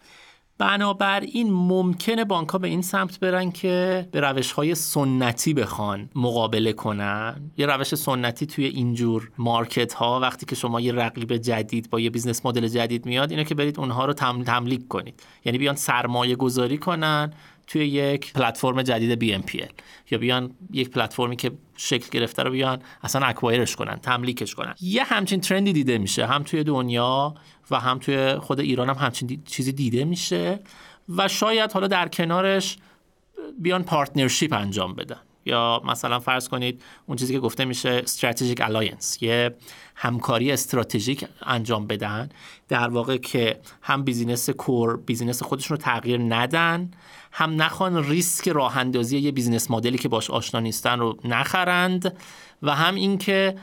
بنابراین ممکنه بانک ها به این سمت برن که به روش های سنتی بخوان مقابله کنن. یه روش سنتی توی اینجور مارکت ها وقتی که شما یه رقیب جدید با یه بیزنس مدل جدید میاد، اینه که برید اونها رو تملیک کنید، یعنی بیان سرمایه گذاری کنن توی یک پلتفرم جدید BNPL یا بیان یک پلتفرمی که شکل گرفته رو بیان اصلا اکوایرش کنن، تملیکش کنن. یه همچین ترندی دیده میشه هم توی دنیا و هم توی خود ایران هم همچین چیزی دیده میشه و شاید حالا در کنارش بیان پارتنرشیپ انجام بدن یا مثلا فرض کنید اون چیزی که گفته میشه استراتژیک الاینس، یه همکاری استراتژیک انجام بدن، در واقع که هم بیزینس کور بیزینس خودشون رو تغییر ندن، هم نخوان ریسک راه اندازی یه بیزینس مدلی که باش آشنا نیستن رو نخرند و هم این که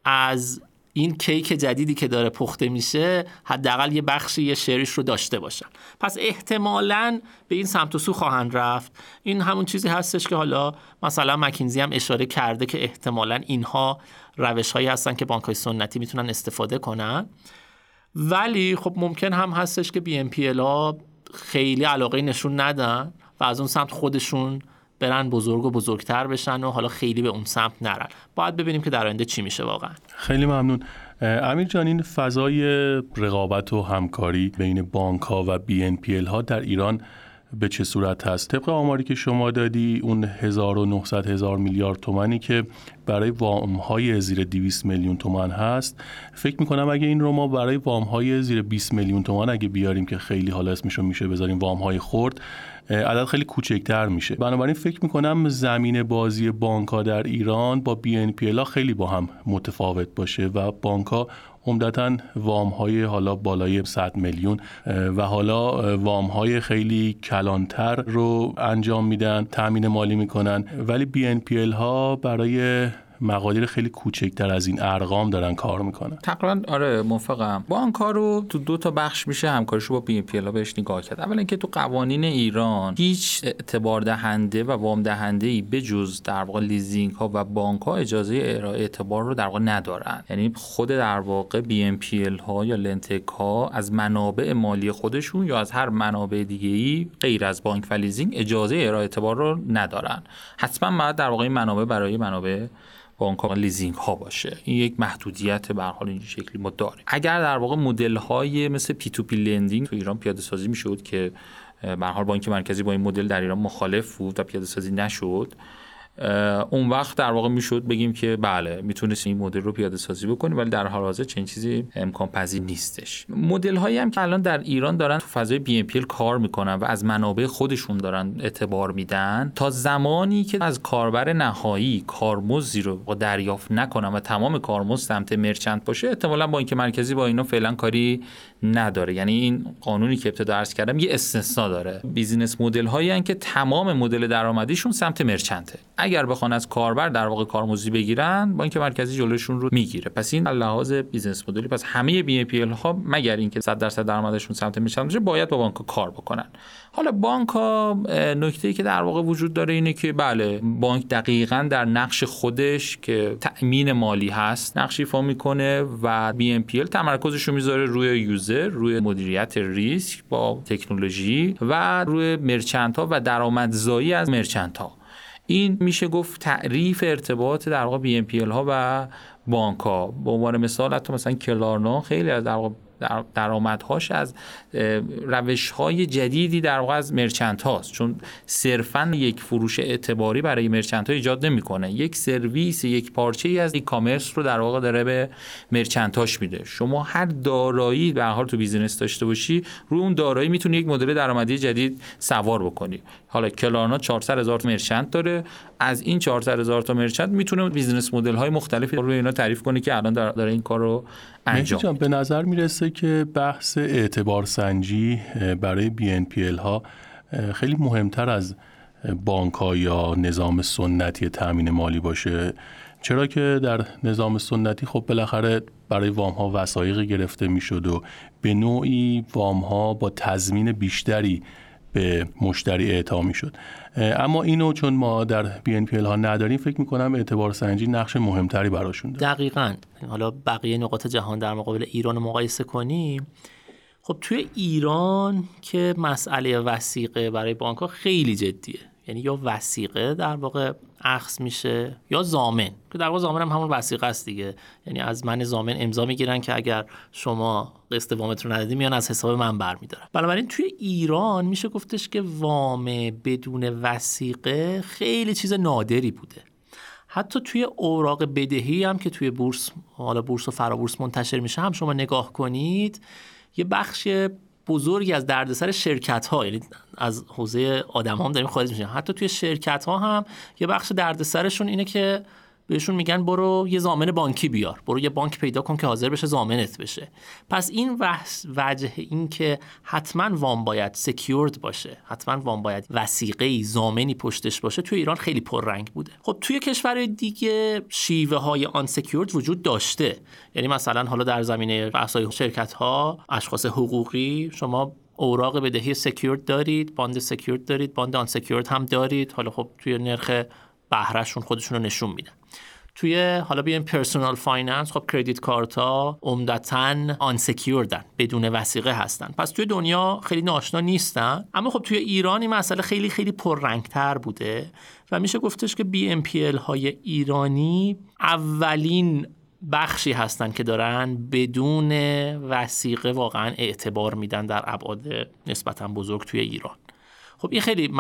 از این کیک جدیدی که داره پخته میشه حداقل یه بخشی یه شریش رو داشته باشن. پس احتمالاً به این سمت و سو خواهند رفت. این همون چیزی هستش که حالا مثلا مکینزی هم اشاره کرده که احتمالاً اینها روش‌هایی هستن که بانک‌های سنتی میتونن استفاده کنن، ولی خب ممکن هم هستش که BNPL ها خیلی علاقه نشون ندن و از اون سمت خودشون برن بزرگ و بزرگتر بشن و حالا خیلی به اون سمت نرن. باید ببینیم که در آینده چی میشه واقعا. خیلی ممنون. امیر جان، این فضای رقابت و همکاری بین بانک‌ها و BNPL ها در ایران به چه صورت هست؟ طبق آماری که شما دادی اون 1900 میلیارد تومانی که برای وام‌های زیر 200 میلیون تومان هست، فکر می‌کنم اگه این رو ما برای وام‌های زیر 20 میلیون تومان اگه بیاریم که خیلی حالا اسمشو میشه بذاریم وام‌های خرد، عدد خیلی کوچکتر میشه. بنابراین فکر می‌کنم زمین بازی بانک‌ها در ایران با BNPL ها خیلی با هم متفاوت باشه و بانک‌ها عمدتاً وام‌های حالا بالای 100 میلیون و حالا وام‌های خیلی کلانتر رو انجام میدن، تامین مالی میکنن، ولی BNPL ها برای مقادیر خیلی کوچکتر از این ارقام دارن کار میکنن. تقریبا آره موافقم. بانک‌ها رو تو دو تا بخش میشه همکاریشو با BNPL ها بهش نگاه کرد. اولا اینکه تو قوانین ایران هیچ اعتبار دهنده و وام دهنده‌ای به جز در واقع لیزینگ ها و بانک ها اجازه ارائه اعتبار رو در واقع ندارن. یعنی خود در واقع BNPL ها یا لنتک ها از منابع مالی خودشون یا از هر منابع دیگه‌ای غیر از بانک و لیزینگ اجازه ارائه اعتبار رو ندارن. حتما باید در واقع منابع برای منابع بانک ها لیزینگ ها باشه. این یک محدودیت به هر حال این شکلی ما داریم. اگر در واقع مدل های مثل P2P لندینگ تو ایران پیاده سازی میشد که به هر حال بانک مرکزی با این مدل در ایران مخالف بود و پیاده سازی نشد، اون وقت در واقع میشد بگیم که بله میتونست این مدل رو پیاده سازی بکنیم، ولی در حال حاضر چنین چیزی امکان پذیر نیستش. مدل هایی هم که الان در ایران دارن تو فضای BNPL کار میکنن و از منابع خودشون دارن اعتبار میدن، تا زمانی که از کاربر نهایی کارمزدی رو دریافت نکنن و تمام کارمزد سمت مرچنت باشه، احتمالاً بانک مرکزی با اینا فعلا کاری نداره. یعنی این قانونی که ابتدا عرض کردم یه استثنا داره. بیزینس مدل هایی هستن که تمام مدل درآمدیشون سمت مرچنته. اگر بخوان از کاربر در واقع کارمزدی بگیرن، بانک مرکزی جلوشون رو میگیره. پس این لحاظ بیزینس مدلی، پس همه بی ام پی ال ها مگر اینکه 100% درآمدشون سمت مرچنت باشه باید با بانک کار بکنن. حالا بانک ها نکته‌ای که در واقع وجود داره اینه که بله، بانک دقیقاً در نقش خودش که تأمین مالی هست نقش ایفا میکنه و بی ام پی ال تمرکزش رو میذاره روی یوزر، روی مدیریت ریسک با تکنولوژی و روی مرچنت ها و درآمدزایی از مرچنت ها. این میشه گفت تعریف ارتباط در واقع بی ام پی ال ها و بانک ها. به عنوان مثال حتی مثلا کلارنا خیلی از در واقع درآمدهاش از روش‌های جدیدی در واقع از مرچنت هاست، چون صرفاً یک فروش اعتباری برای مرچنت ها ایجاد نمی‌کنه، یک سرویس، یک پارچه‌ای از ای کامرس رو در واقع داره به مرچنت هاش میده. شما هر دارایی به هر حال تو بیزینس داشته باشی، روی اون دارایی میتونی یک مدل درآمدی جدید سوار بکنی. حالا کلارنا 400,000 مرچنت داره، از این 400,000 تا مرچنت میتونه بیزینس مدل های مختلفی روی اینا تعریف کنه که الان داره این کار رو انجام میده. به نظر میرسه که بحث اعتبار سنجی برای BNPL ها خیلی مهمتر از بانک ها یا نظام سنتی تامین مالی باشه، چرا که در نظام سنتی خب بالاخره برای وام ها وثایق گرفته میشد و به نوعی وام ها با تضمین بیشتری به مشتری اعطا میشد. اما اینو چون ما در BNPL ها نداریم، فکر میکنم اعتبار سنجی نقش مهمتری براشون داره. دقیقاً. حالا بقیه نقاط جهان در مقابل ایران رو مقایسه کنیم، خب توی ایران که مسئله وثیقه برای بانک ها خیلی جدیه، یعنی یا وثیقه در واقع اخذ میشه یا ضامن، که در واقع ضامن هم همون وثیقه است دیگه، یعنی از من ضامن امضا میگیرن که اگر شما قسط وامت رو ندادی میان از حساب من برمیدارن. بنابراین توی ایران میشه گفتش که وام بدون وثیقه خیلی چیز نادری بوده. حتی توی اوراق بدهی هم که توی بورس، حالا بورس و فرابورس منتشر میشه، هم شما نگاه کنید یه بخش بزرگی از دردسر شرکت‌ها، یعنی از حوزه آدم‌ها هم داریم خارج میشیم، حتی توی شرکت‌ها هم یه بخش دردسرشون اینه که بهشون میگن برو یه ضامن بانکی بیار، برو یه بانک پیدا کن که حاضر بشه ضامنت بشه. پس این وجه این که حتما وام باید سکیورد باشه، حتما وام باید وثیقه‌ای ضامنی پشتش باشه، توی ایران خیلی پررنگ بوده. خب توی کشورهای دیگه شیوه های آن سکیورد وجود داشته، یعنی مثلا حالا در زمینه بحث‌های شرکت‌ها، اشخاص حقوقی، شما اوراق بدهی سکیورد دارید، باند سکیورد دارید، باند آن سکیورد هم دارید. حالا خب توی نرخ بهرهشون خودشون رو نشون میدن. توی حالا بیایم پرسونال فایننس، خب کردیت کارتا عمدتاً آن سکیوردن، بدون وثیقه هستن، پس توی دنیا خیلی ناشنا نیستن. اما خب توی ایران این مسئله خیلی خیلی پررنگتر بوده و میشه گفتش که BNPL های ایرانی اولین بخشی هستن که دارن بدون وثیقه واقعا اعتبار میدن در ابعاد نسبتاً بزرگ توی ایران. خب این خیلی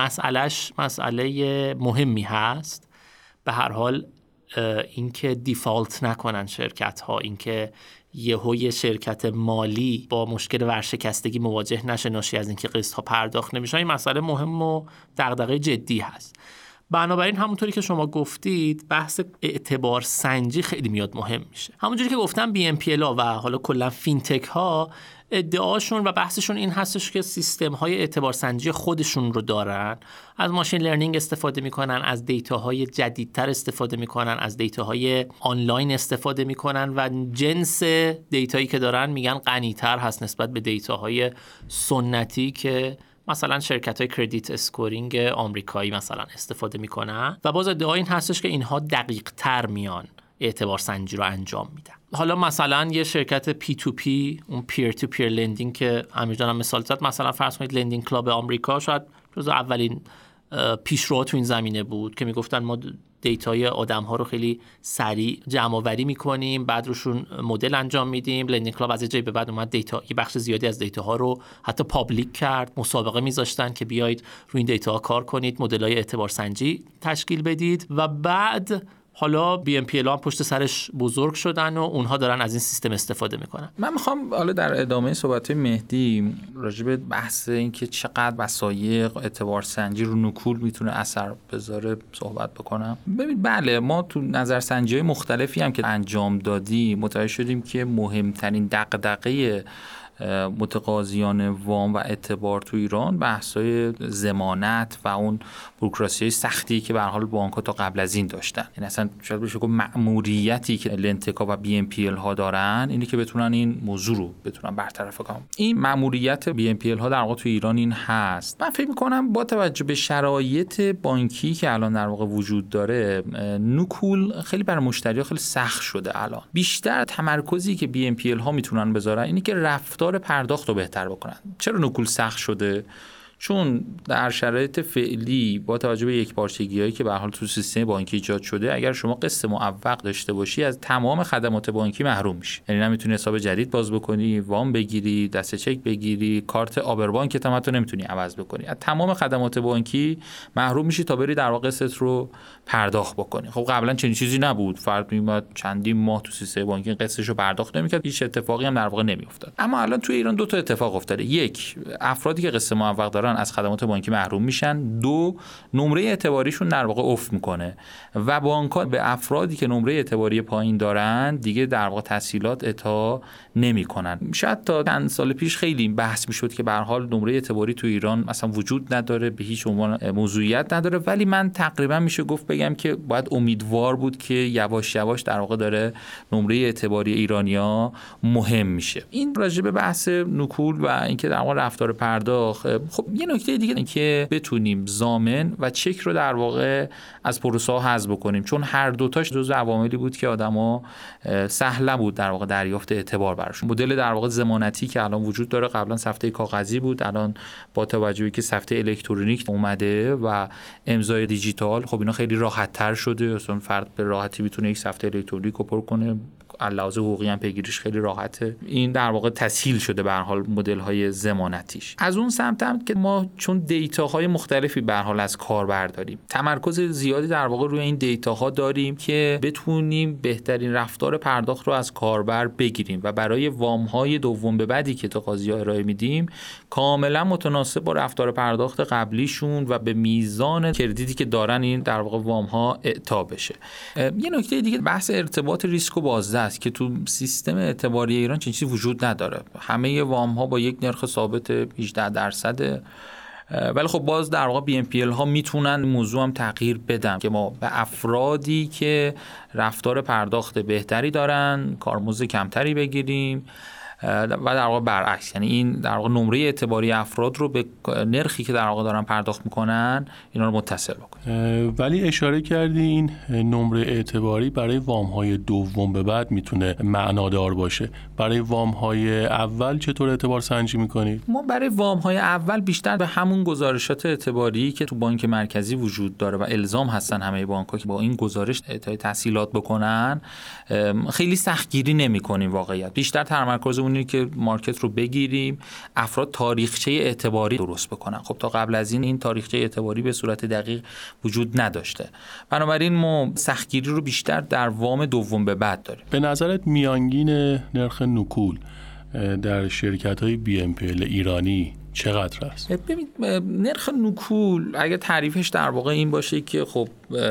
مسئله مهمی هست. به هر حال اینکه دیفالت نکنن شرکت ها، اینکه یه شرکت مالی با مشکل ورشکستگی مواجه نشه ناشی از اینکه قسط ها پرداخت نمیشه، این مسئله مهم و دغدغه جدی هست. بنابراین همونطوری که شما گفتید بحث اعتبار سنجی خیلی میاد مهم میشه. همونجوری که گفتم BNPL ها و حالا کلا فینتک ها ادعاشون و بحثشون این هستش که سیستم های اعتبار سنجی خودشون رو دارن، از ماشین لرنینگ استفاده میکنن، از دیتاهای جدیدتر استفاده میکنن، از دیتاهای آنلاین استفاده میکنن و جنس دیتایی که دارن میگن غنی‌تر هست نسبت به دیتاهای سنتی که مثلا شرکت‌های کردیت اسکورینگ آمریکایی مثلا استفاده میکنن و باز ادعا این هستش که اینها دقیق‌تر میان اعتبار سنجی رو انجام میدن. حالا مثلا یه شرکت P2P، اون پیر تو پیر لندینگ که امیرجان هم مثال زد، مثلا فرض کنید لندینگ کلاب آمریکا شاید جزو اولین پیشروها تو این زمینه بود که میگفتن ما دیتای آدم‌ها رو خیلی سریع جمع‌آوری می‌کنیم، بعد روشون مدل انجام میدیم. لندینگ کلاب از جایی به بعد اومد دیتا، یه بخش زیادی از دیتاها رو حتی پابلیک کرد، مسابقه می‌ذاشتن که بیایید روی این دیتاها کار کنید، مدل‌های اعتبار سنجی تشکیل بدید و بعد حالا BNPL هم پشت سرش بزرگ شدن و اونها دارن از این سیستم استفاده میکنن. من میخوام حالا در ادامه صحبت مهدی راجع به بحث این که چقدر وثایق اعتبار سنجی رو نکول میتونه اثر بذاره صحبت بکنم. ببین بله، ما تو نظرسنجی‌های مختلفی هم که انجام دادیم متوجه شدیم که مهمترین دغدغه متقاضیان وام و اعتبار تو ایران بحث‌های ضمانت و اون بوروکراسی سختی که به هر حال بانک‌ها تا قبل از این داشتن. این اصلا شاید بشه گفت مأموریتی که لنتکا و بی ام پی ال ها دارن اینه که بتونن این موضوع رو بتونن برطرف کنن. این مأموریت بی ام پی ال ها در واقع تو ایران این هست. من فکر می‌کنم با توجه به شرایط بانکی که الان در واقع وجود داره، نکول خیلی برای مشتری‌ها خیلی سخت شده. الان بیشتر تمرکزی که بی ام پی ال ها میتونن بذارن اینه که رفتار پرداخت رو بهتر بکنن. چرا نکول سخت شده؟ چون در شرایط فعلی با توجه به یکپارچگی‌هایی که به هر حال تو سیستم بانکی ایجاد شده، اگر شما قسط معوق داشته باشی از تمام خدمات بانکی محروم میشی. یعنی نمیتونی حساب جدید باز بکنی، وام بگیری، دسته چک بگیری، کارت آبربانک هم حتی نمیتونی عوض بکنی. از تمام خدمات بانکی محروم میشی تا بری در واقع قسط رو پرداخت بکنی. خب قبلا چنین چیزی نبود. فرد میومد چندین ماه تو سیستم بانکی قسطش رو پرداخت نمیکرد، هیچ اتفاقی هم در واقع نمیافتاد. اما الان تو ایران دو تا اتفاق افتاده. یک، افرادی که قسط معوق دارن از خدمات بانکی محروم میشن. دو، نمره اعتباریشون در واقع افت میکنه و بانک‌ها به افرادی که نمره اعتباری پایین دارن دیگه در واقع تسهیلات اعطا نمیکنن. شاید تا چند سال پیش خیلی بحث میشد که به هر حال نمره اعتباری تو ایران اصلا وجود نداره، به هیچ عنوان موضوعیت نداره، ولی من تقریبا میشه گفت بگم که باید امیدوار بود که یواش یواش در واقع داره نمره اعتباری ایرانیا مهم میشه. این راجع به بحث نکول و اینکه در واقع رفتار پرداخت. خب یه نکته دیگه این که بتونیم ضامن و چک رو در واقع از پروسه‌ها حذف بکنیم، چون هر دوتاش جزو عواملی بود که آدما سهل بود در واقع دریافت اعتبار براشون. مدل در واقع ضمانتی که الان وجود داره قبلا سفته کاغذی بود، الان با توجه که سفته الکترونیک اومده و امضای دیجیتال، خب اینا خیلی راحت‌تر شده. اصلا فرد به راحتی میتونه یک سفته الکترونیک رو پر کنه، علاوه حقوقی هم پیگیریش خیلی راحته. این در واقع تسهیل شده به هر حال مدل‌های ضمانتیش. از اون سمت هم که ما چون دیتاهای مختلفی به هر حال از کاربر داریم، تمرکز زیادی در واقع روی این دیتاها داریم که بتونیم بهترین رفتار پرداخت رو از کاربر بگیریم و برای وام‌های دوم به بعدی که تقاضی‌ها ارائه میدیم کاملا متناسب با رفتار پرداخت قبلیشون و به میزان کردیتی که دارن این در واقع وام‌ها اعطا بشه. یه نکته دیگه بحث ارتباط ریسک و بازده است که تو سیستم اعتباری ایران چیزی وجود نداره. همه وام ها با یک نرخ ثابت 18%، ولی خب باز در واقع بی ام پی ال ها میتونن موضوع هم تغییر بدن که ما به افرادی که رفتار پرداخت بهتری دارن کارمزد کمتری بگیریم و در واقع برعکس، یعنی این در واقع نمره اعتباری افراد رو به نرخی که در واقع دارن پرداخت میکنن اینا رو متصل بکنن. ولی اشاره کردی این نمره اعتباری برای وام‌های دوم به بعد میتونه معنادار باشه. برای وام‌های اول چطور اعتبار سنجی میکنید؟ ما برای وام‌های اول بیشتر به همون گزارشات اعتباری که تو بانک مرکزی وجود داره و الزام هستن همه بانک‌ها که با این گزارش اعطای تسهیلات بکنن، خیلی سختگیری نمی‌کنیم. واقعیت بیشتر تمرکز اینه که مارکت رو بگیریم، افراد تاریخچه اعتباری درست بکنن. خب تا قبل از این تاریخچه اعتباری به صورت دقیق وجود نداشته، بنابراین ما سختگیری رو بیشتر در وام دوم به بعد داریم. به نظرت میانگین نرخ نکول در شرکت‌های بی ام پی ال ایرانی چقدر است؟ ببین نرخ نکول اگه تعریفش در واقع این باشه که خب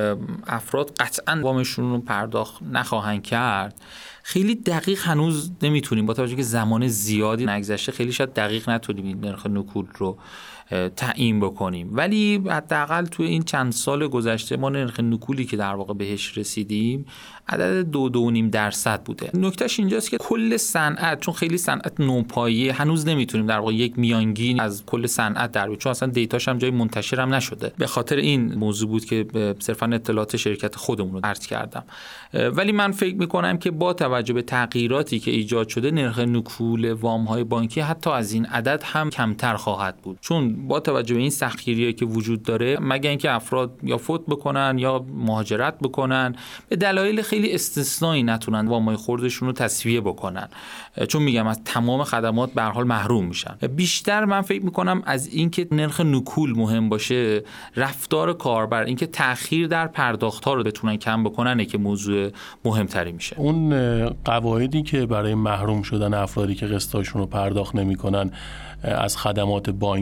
افراد قطعاً وامشون رو پرداخت نخواهند کرد، خیلی دقیق هنوز نمیتونیم با توجه که زمان زیادی نگذشته خیلی شاید دقیق نتونیم این نرخ نکول رو تعیین بکنیم، ولی حداقل توی این چند سال گذشته ما نرخ نکولی که در واقع بهش رسیدیم عدد 2.5% بوده. نکتهش اینجاست که کل صنعت، چون خیلی صنعت نوپایه، هنوز نمیتونیم در واقع یک میانگین از کل صنعت در بیاریم، چون اصلا دیتاش هم جای منتشر هم نشده. به خاطر این موضوع بود که صرفا اطلاعات شرکت خودمون رو عرض کردم. ولی من فکر میکنم که با توجه به تغییراتی که ایجاد شده نرخ نکول وام‌های بانکی حتی از این عدد هم کمتر خواهد بود، چون با توجه به این سختگیری‌هایی که وجود داره، مگر اینکه افراد یا فوت بکنن یا مهاجرت بکنن، به دلایل خیلی استثنایی نتونن وام‌های خردشون رو تسویه بکنن، چون میگم از تمام خدمات به هر حال محروم میشن. بیشتر من فکر میکنم از اینکه نرخ نکول مهم باشه، رفتار کاربر، اینکه تأخیر در پرداخت‌ها رو بتونن کم بکنن که موضوع مهمتری میشه. اون قواعدی که برای محروم شدن افرادی که قسطاشون رو پرداخت نمیکنن از خدمات بانکی، این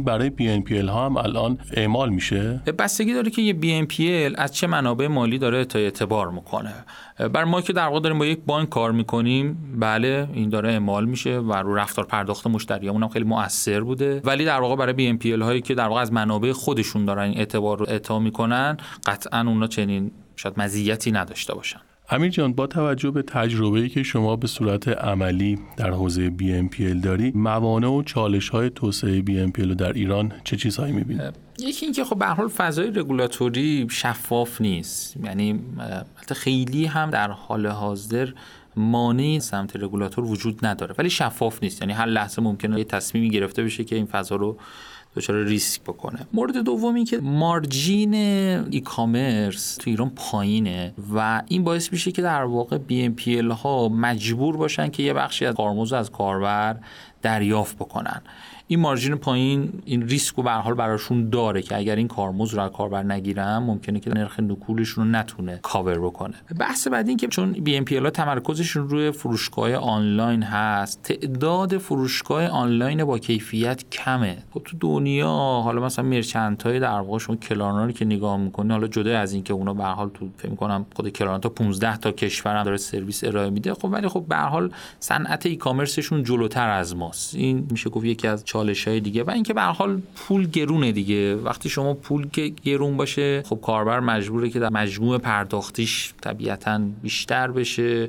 این برای BNPL ها هم الان اعمال میشه؟ بستگی داره که یه BNPL از چه منابع مالی داره اعتبار میکنه. بر ما که در واقع داریم با یک بانک کار میکنیم، بله این داره اعمال میشه و رو رفتار پرداخت مشتریامون هم خیلی مؤثر بوده، ولی در واقع برای BNPL هایی که در واقع از منابع خودشون دارن این اعتبار رو اعطا میکنن، قطعا اونا چنین شاید مزیتی نداشته باشن. امیر جان، با توجه به تجربه‌ای که شما به صورت عملی در حوزه BNPL داری، موانع و چالش‌های توسعه BNPL رو در ایران چه چیزهایی می‌بینی؟ یکی این که خب به هر حال فضای رگولاتوری شفاف نیست، یعنی البته خیلی هم در حال حاضر مانعی سمت رگولاتور وجود نداره، ولی شفاف نیست، یعنی هر لحظه ممکنه یه تصمیمی گرفته بشه که این فضا رو دچار ریسک بکنه. مورد دومی که مارجین ای کامرس تو ایران پایینه و این باعث میشه که در واقع BNPL ها مجبور باشن که یه بخشی از کارمزد از کاربر دریافت بکنن. این مارجین پایین این ریسک رو به هر حال براشون داره که اگر این کارمزد رو از کاربر نگیرن ممکنه که نرخ نکولشون رو نتونه کاور بکنه. بحث بعدی این که چون BNPL ها تمرکزشون روی فروشگاه آنلاین هست، تعداد فروشگاه آنلاین با کیفیت کمه. خب تو دنیا حالا مثلا مرچنت‌های در واقع شما کلارنا رو که نگاه می‌کنی، حالا جدا از این که اونا به هر حال تو فکر می‌کنم خود کلارنا تا 15 تا کشور هم داره سرویس ارائه میده، خب ولی خب به هر حال صنعت ای کامرسشون جلوتر از ماست. این میشه گفت یکی از چالش‌های دیگه. و اینکه به هر حال پول گرونه دیگه. وقتی شما پول گرون باشه، خب کاربر مجبوره که در مجموع پرداختیش طبیعتاً بیشتر بشه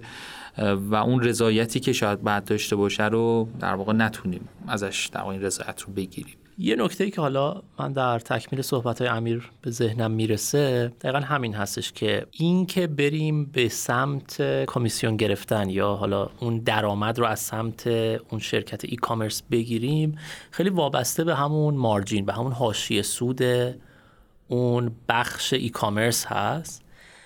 و اون رضایتی که شاید بعد داشته باشه رو در واقع نتونیم ازش در واقع این رضایت رو بگیریم. یه نکته‌ای که حالا من در تکمیل صحبت‌های امیر به ذهنم میرسه دقیقاً همین هستش که این که بریم به سمت کمیسیون گرفتن یا حالا اون درآمد رو از سمت اون شرکت ای کامرس بگیریم خیلی وابسته به همون مارجین، به همون حاشیه سود اون بخش ای کامرس هست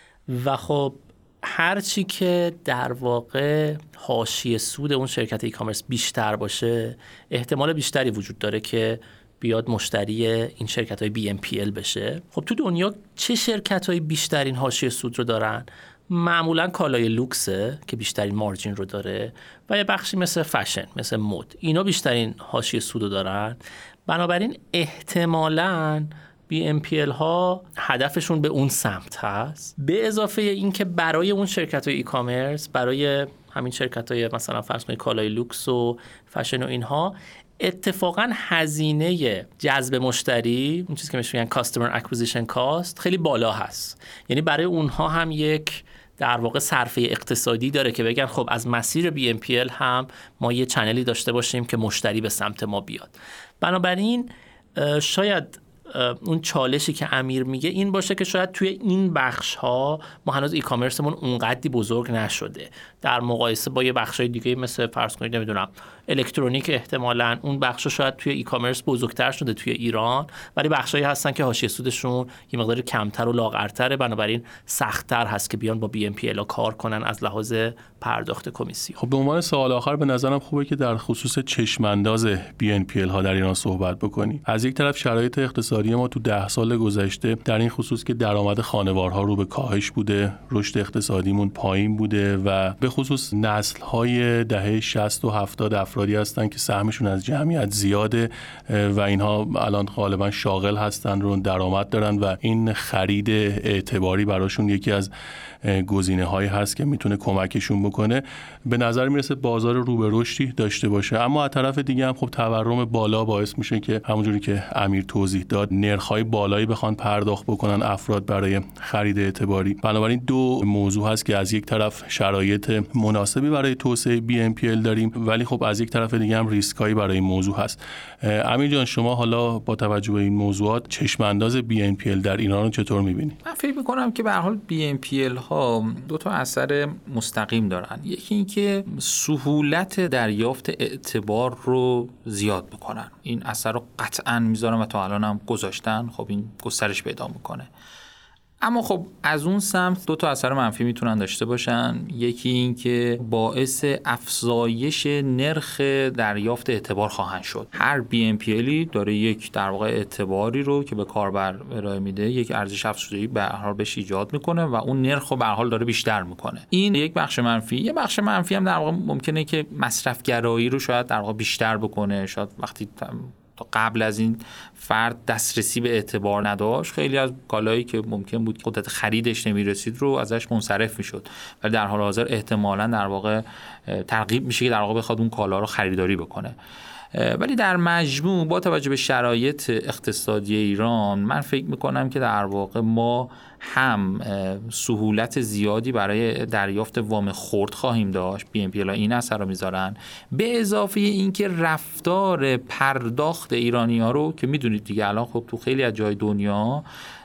و خب هرچی که در واقع حاشیه سود اون شرکت ای کامرس بیشتر باشه، احتمال بیشتری وجود داره که بیاد مشتری این شرکت‌های BNPL بشه. خب تو دنیا چه شرکت‌های بیشترین حاشیه سود رو دارن؟ معمولاً کالای لوکسه که بیشترین مارجین رو داره و یه بخشی مثل فشن، مثل مد، اینا بیشترین حاشیه سود رو دارن. بنابراین احتمالاً BNPL ها هدفشون به اون سمت هست، به اضافه این که برای اون شرکت‌های ای کامرس، برای همین شرکت‌های مثلا فرض کنید کالای لوکس و فشن و اینها، اتفاقا هزینه جذب مشتری، اون چیزی که میگن کاستمر اکوزیشن کاست، خیلی بالا هست. یعنی برای اونها هم یک در واقع صرفه اقتصادی داره که بگن خب از مسیر BNPL هم ما یه چنلی داشته باشیم که مشتری به سمت ما بیاد. بنابراین شاید اون چالشی که امیر میگه این باشه که شاید توی این بخش ها ما هنوز ای کامرسمون اونقدی بزرگ نشده در مقایسه با یه بخشای دیگه مثل فرض کنید نمیدونم الکترونیک، احتمالاً اون بخش شاید توی ای کامرس بزرگتر شده توی ایران، ولی بخشایی هستن که حاشیه سودشون یه مقدار کمتر و لاغرتره، بنابراین سخت‌تر هست که بیان با BNPL ها کار کنن از لحاظ پرداخت کمیسیون. خب به عنوان سوال آخر به نظرم خوبه که در خصوص چشم‌انداز BNPL ها در ایران صحبت بکنی. از یک طرف شرایط اقتصادی ما تو 10 سال گذشته در این خصوص که درآمد خانوارها رو به کاهش بوده، رشد اقتصادیمون پایین بوده و به خصوص نسل‌های دهه 60 و 70 افرادی هستن که سهمشون از جمعیت زیاده و اینها الان غالبا شاغل هستن، رو درآمد دارن و این خرید اعتباری براشون یکی از گزینه‌هایی هست که میتونه کمکشون بکنه. به نظر میرسه بازار رو به رشدی داشته باشه، اما از طرف دیگه هم خب تورم بالا باعث میشه که همونجوری که امیر توضیح داد نرخ‌های بالایی بخوان پرداخت بکنن افراد برای خرید اعتباری. بنابراین دو موضوع هست که از یک طرف شرایط مناسبی برای توسعه BNPL داریم، ولی خب از یک طرف دیگه هم ریسکایی برای این موضوع هست. امیر جان، شما حالا با توجه به این موضوعات چشم انداز BNPL در ایران رو چطور می‌بینی؟ من فکر می‌کنم که به هر حال BNPL ها دو تا اثر مستقیم دارن. یکی این که سهولت دریافت اعتبار رو زیاد میکنن. این اثر رو قطعاً میذارن و تا الان هم گذاشتن. خب این گسترش پیدا میکنه. اما خب از اون سمت دو تا اثر منفی میتونن داشته باشن. یکی این که باعث افزایش نرخ دریافت اعتبار خواهند شد. هر BNPLی داره یک در واقع اعتباری رو که به کاربر ارائه میده، یک ارزش افزوده‌ای به هر حال بهش ایجاد میکنه و اون نرخ رو به هر حال داره بیشتر میکنه. این یک بخش منفی. یه بخش منفی هم در واقع ممکنه که مصرف گرایی رو شاید در واقع بیشتر بکنه. شاید وقتی تا قبل از این فرد دسترسی به اعتبار نداشت، خیلی از کالایی که ممکن بود قدرت خریدش نمیرسید رو ازش منصرف میشد، ولی در حال حاضر احتمالاً در واقع ترغیب میشه که در واقع بخواد اون کالا رو خریداری بکنه. ولی در مجموع با توجه به شرایط اقتصادی ایران من فکر میکنم که در واقع ما هم سهولت زیادی برای دریافت وام خرد خواهیم داشت، BNPL ها این اثر رو میذارن، به اضافه اینکه رفتار پرداخت ایرانی ها رو که میدونید دیگه الان خب تو خیلی از جای دنیا،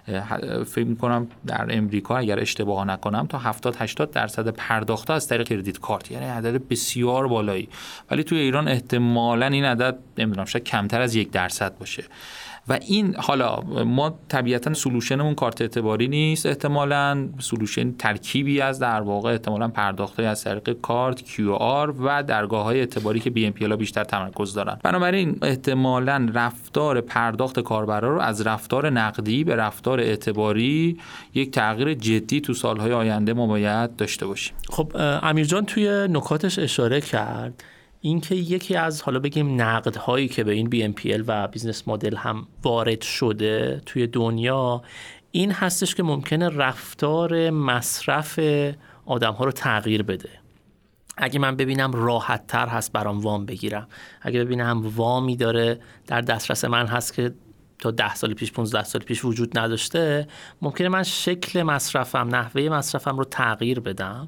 فکر میکنم در امریکا اگر اشتباه نکنم تا 70-80% پرداخت ها از طریق کردیت کارت، یعنی عدد بسیار بالایی، ولی توی ایران احتمالاً این عدد نمیدونم شاید کمتر از 1% باشه. و این حالا ما طبیعتاً سولوشنمون کارت اعتباری نیست، احتمالاً سولوشن ترکیبی از در واقع احتمالاً پرداخت‌های از طریق کارت، QR و درگاه‌های اعتباری که BNPL ها بیشتر تمرکز دارن. بنابراین احتمالاً رفتار پرداخت کاربرا رو از رفتار نقدی به رفتار اعتباری یک تغییر جدی تو سال‌های آینده ما باید داشته باشیم. خب امیر جان توی نکاتش اشاره کرد اینکه یکی از حالا بگیم نقدهایی که به این BNPL و بیزنس مدل هم وارد شده توی دنیا این هستش که ممکنه رفتار مصرف آدم‌ها رو تغییر بده. اگه من ببینم راحت تر هست برام وام بگیرم، اگه ببینم وامی داره در دسترس من هست که تا 10 سال پیش 15 سال پیش وجود نداشته، ممکنه من شکل مصرفم، نحوه مصرفم رو تغییر بدم.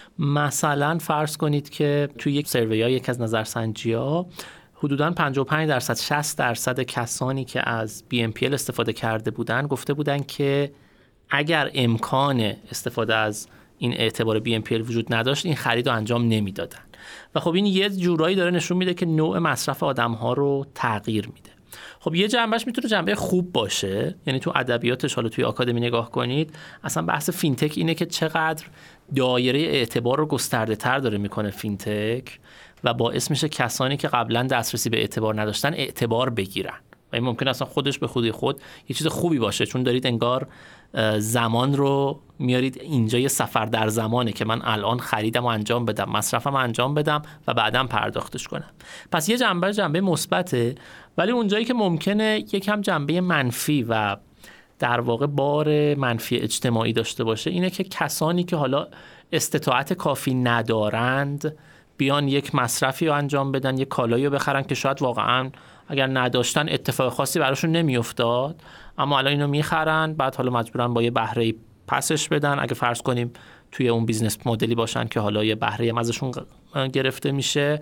مثلا فرض کنید که توی یک سروی‌ها، یک از نظرسنجی‌ها، حدوداً 55% 60% کسانی که از BNPL استفاده کرده بودن گفته بودن که اگر امکان استفاده از این اعتبار BNPL وجود نداشت این خرید رو انجام نمیدادن. و خب این یه جورایی داره نشون میده که نوع مصرف آدم‌ها رو تغییر میده. خب یه جنبهش میتونه جنبه خوب باشه، یعنی تو ادبیاتش حالا توی آکادمی نگاه کنید، اصلا بحث فینتک اینه که چقدر دایره اعتبار رو گسترده تر داره میکنه فینتک و باعث میشه کسانی که قبلا دسترسی به اعتبار نداشتن اعتبار بگیرن و این ممکن اصلا خودش به خودی خود یه چیز خوبی باشه، چون دارید انگار زمان رو میارید اینجا، یه سفر در زمانه که من الان خریدم و انجام بدم، مصرفم انجام بدم و بعداً پرداختش کنم. پس یه جنبه مثبته، ولی اونجایی که ممکنه یکم جنبه منفی و در واقع بار منفی اجتماعی داشته باشه اینه که کسانی که حالا استطاعت کافی ندارند بیان یک مصرفی رو انجام بدن، یک کالایی رو بخرن که شاید واقعاً اگر نداشتن اتفاق خاصی براشون نمیافتاد، اما الان اینو میخرن، بعد حالا مجبورن با یه بهره پسش بدن. اگه فرض کنیم توی اون بیزنس مدلی باشن که حالا یه بهره هم ازشون گرفته میشه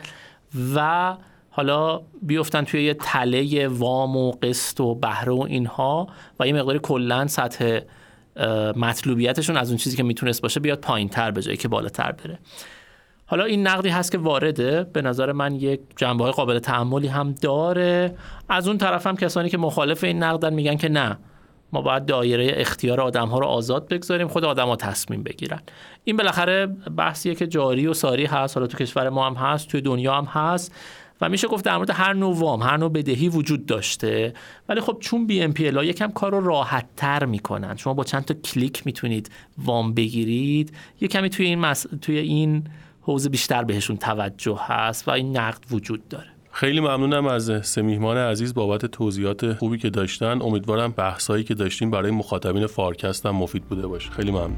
و حالا بیفتن توی یه تله وام و قسط و بهره و اینها و یه مقداری کلن سطح مطلوبیتشون از اون چیزی که میتونست باشه بیاد پایین تر به جایی که بالاتر بره. حالا این نقدی هست که وارده، به نظر من یک جنبه‌های قابل تأملی هم داره. از اون طرف هم کسانی که مخالف این نقدن میگن که نه، ما باید دایره اختیار آدم‌ها رو آزاد بگذاریم، خود آدم‌ها تصمیم بگیرن. این بالاخره بحثیه که جاری و ساری هست، حالا تو کشور ما هم هست، توی دنیا هم هست و میشه گفت در مورد هر نوع وام، هر نوع بدهی وجود داشته. ولی خب چون BNPL ها یکم کار رو راحت تر میکنن، شما با چند تا کلیک میتونید وام بگیرید، یه کمی توی این حوزه بیشتر بهشون توجه هست و این نقد وجود داره. خیلی ممنونم از سه میهمان عزیز بابت توضیحات خوبی که داشتن. امیدوارم بحثایی که داشتیم برای مخاطبین فارکست هم مفید بوده باشه. خیلی ممنون.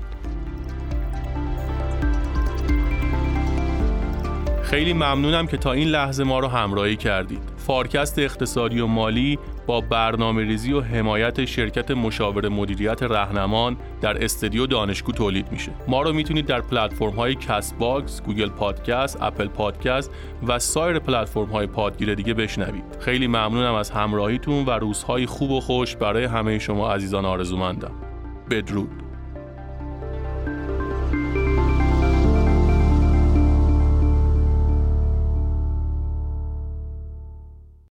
خیلی ممنونم که تا این لحظه ما رو همراهی کردید. فارکست اقتصادی و مالی با برنامه‌ریزی و حمایت شرکت مشاور مدیریت رهنمان در استودیو دانشگو تولید میشه. ما رو میتونید در پلتفرم‌های کست باکس، گوگل پادکست، اپل پادکست و سایر پلتفرم‌های پادگیر دیگه بشنوید. خیلی ممنونم از همراهیتون و روزهای خوب و خوش برای همه شما عزیزان آرزومندم. بدرود.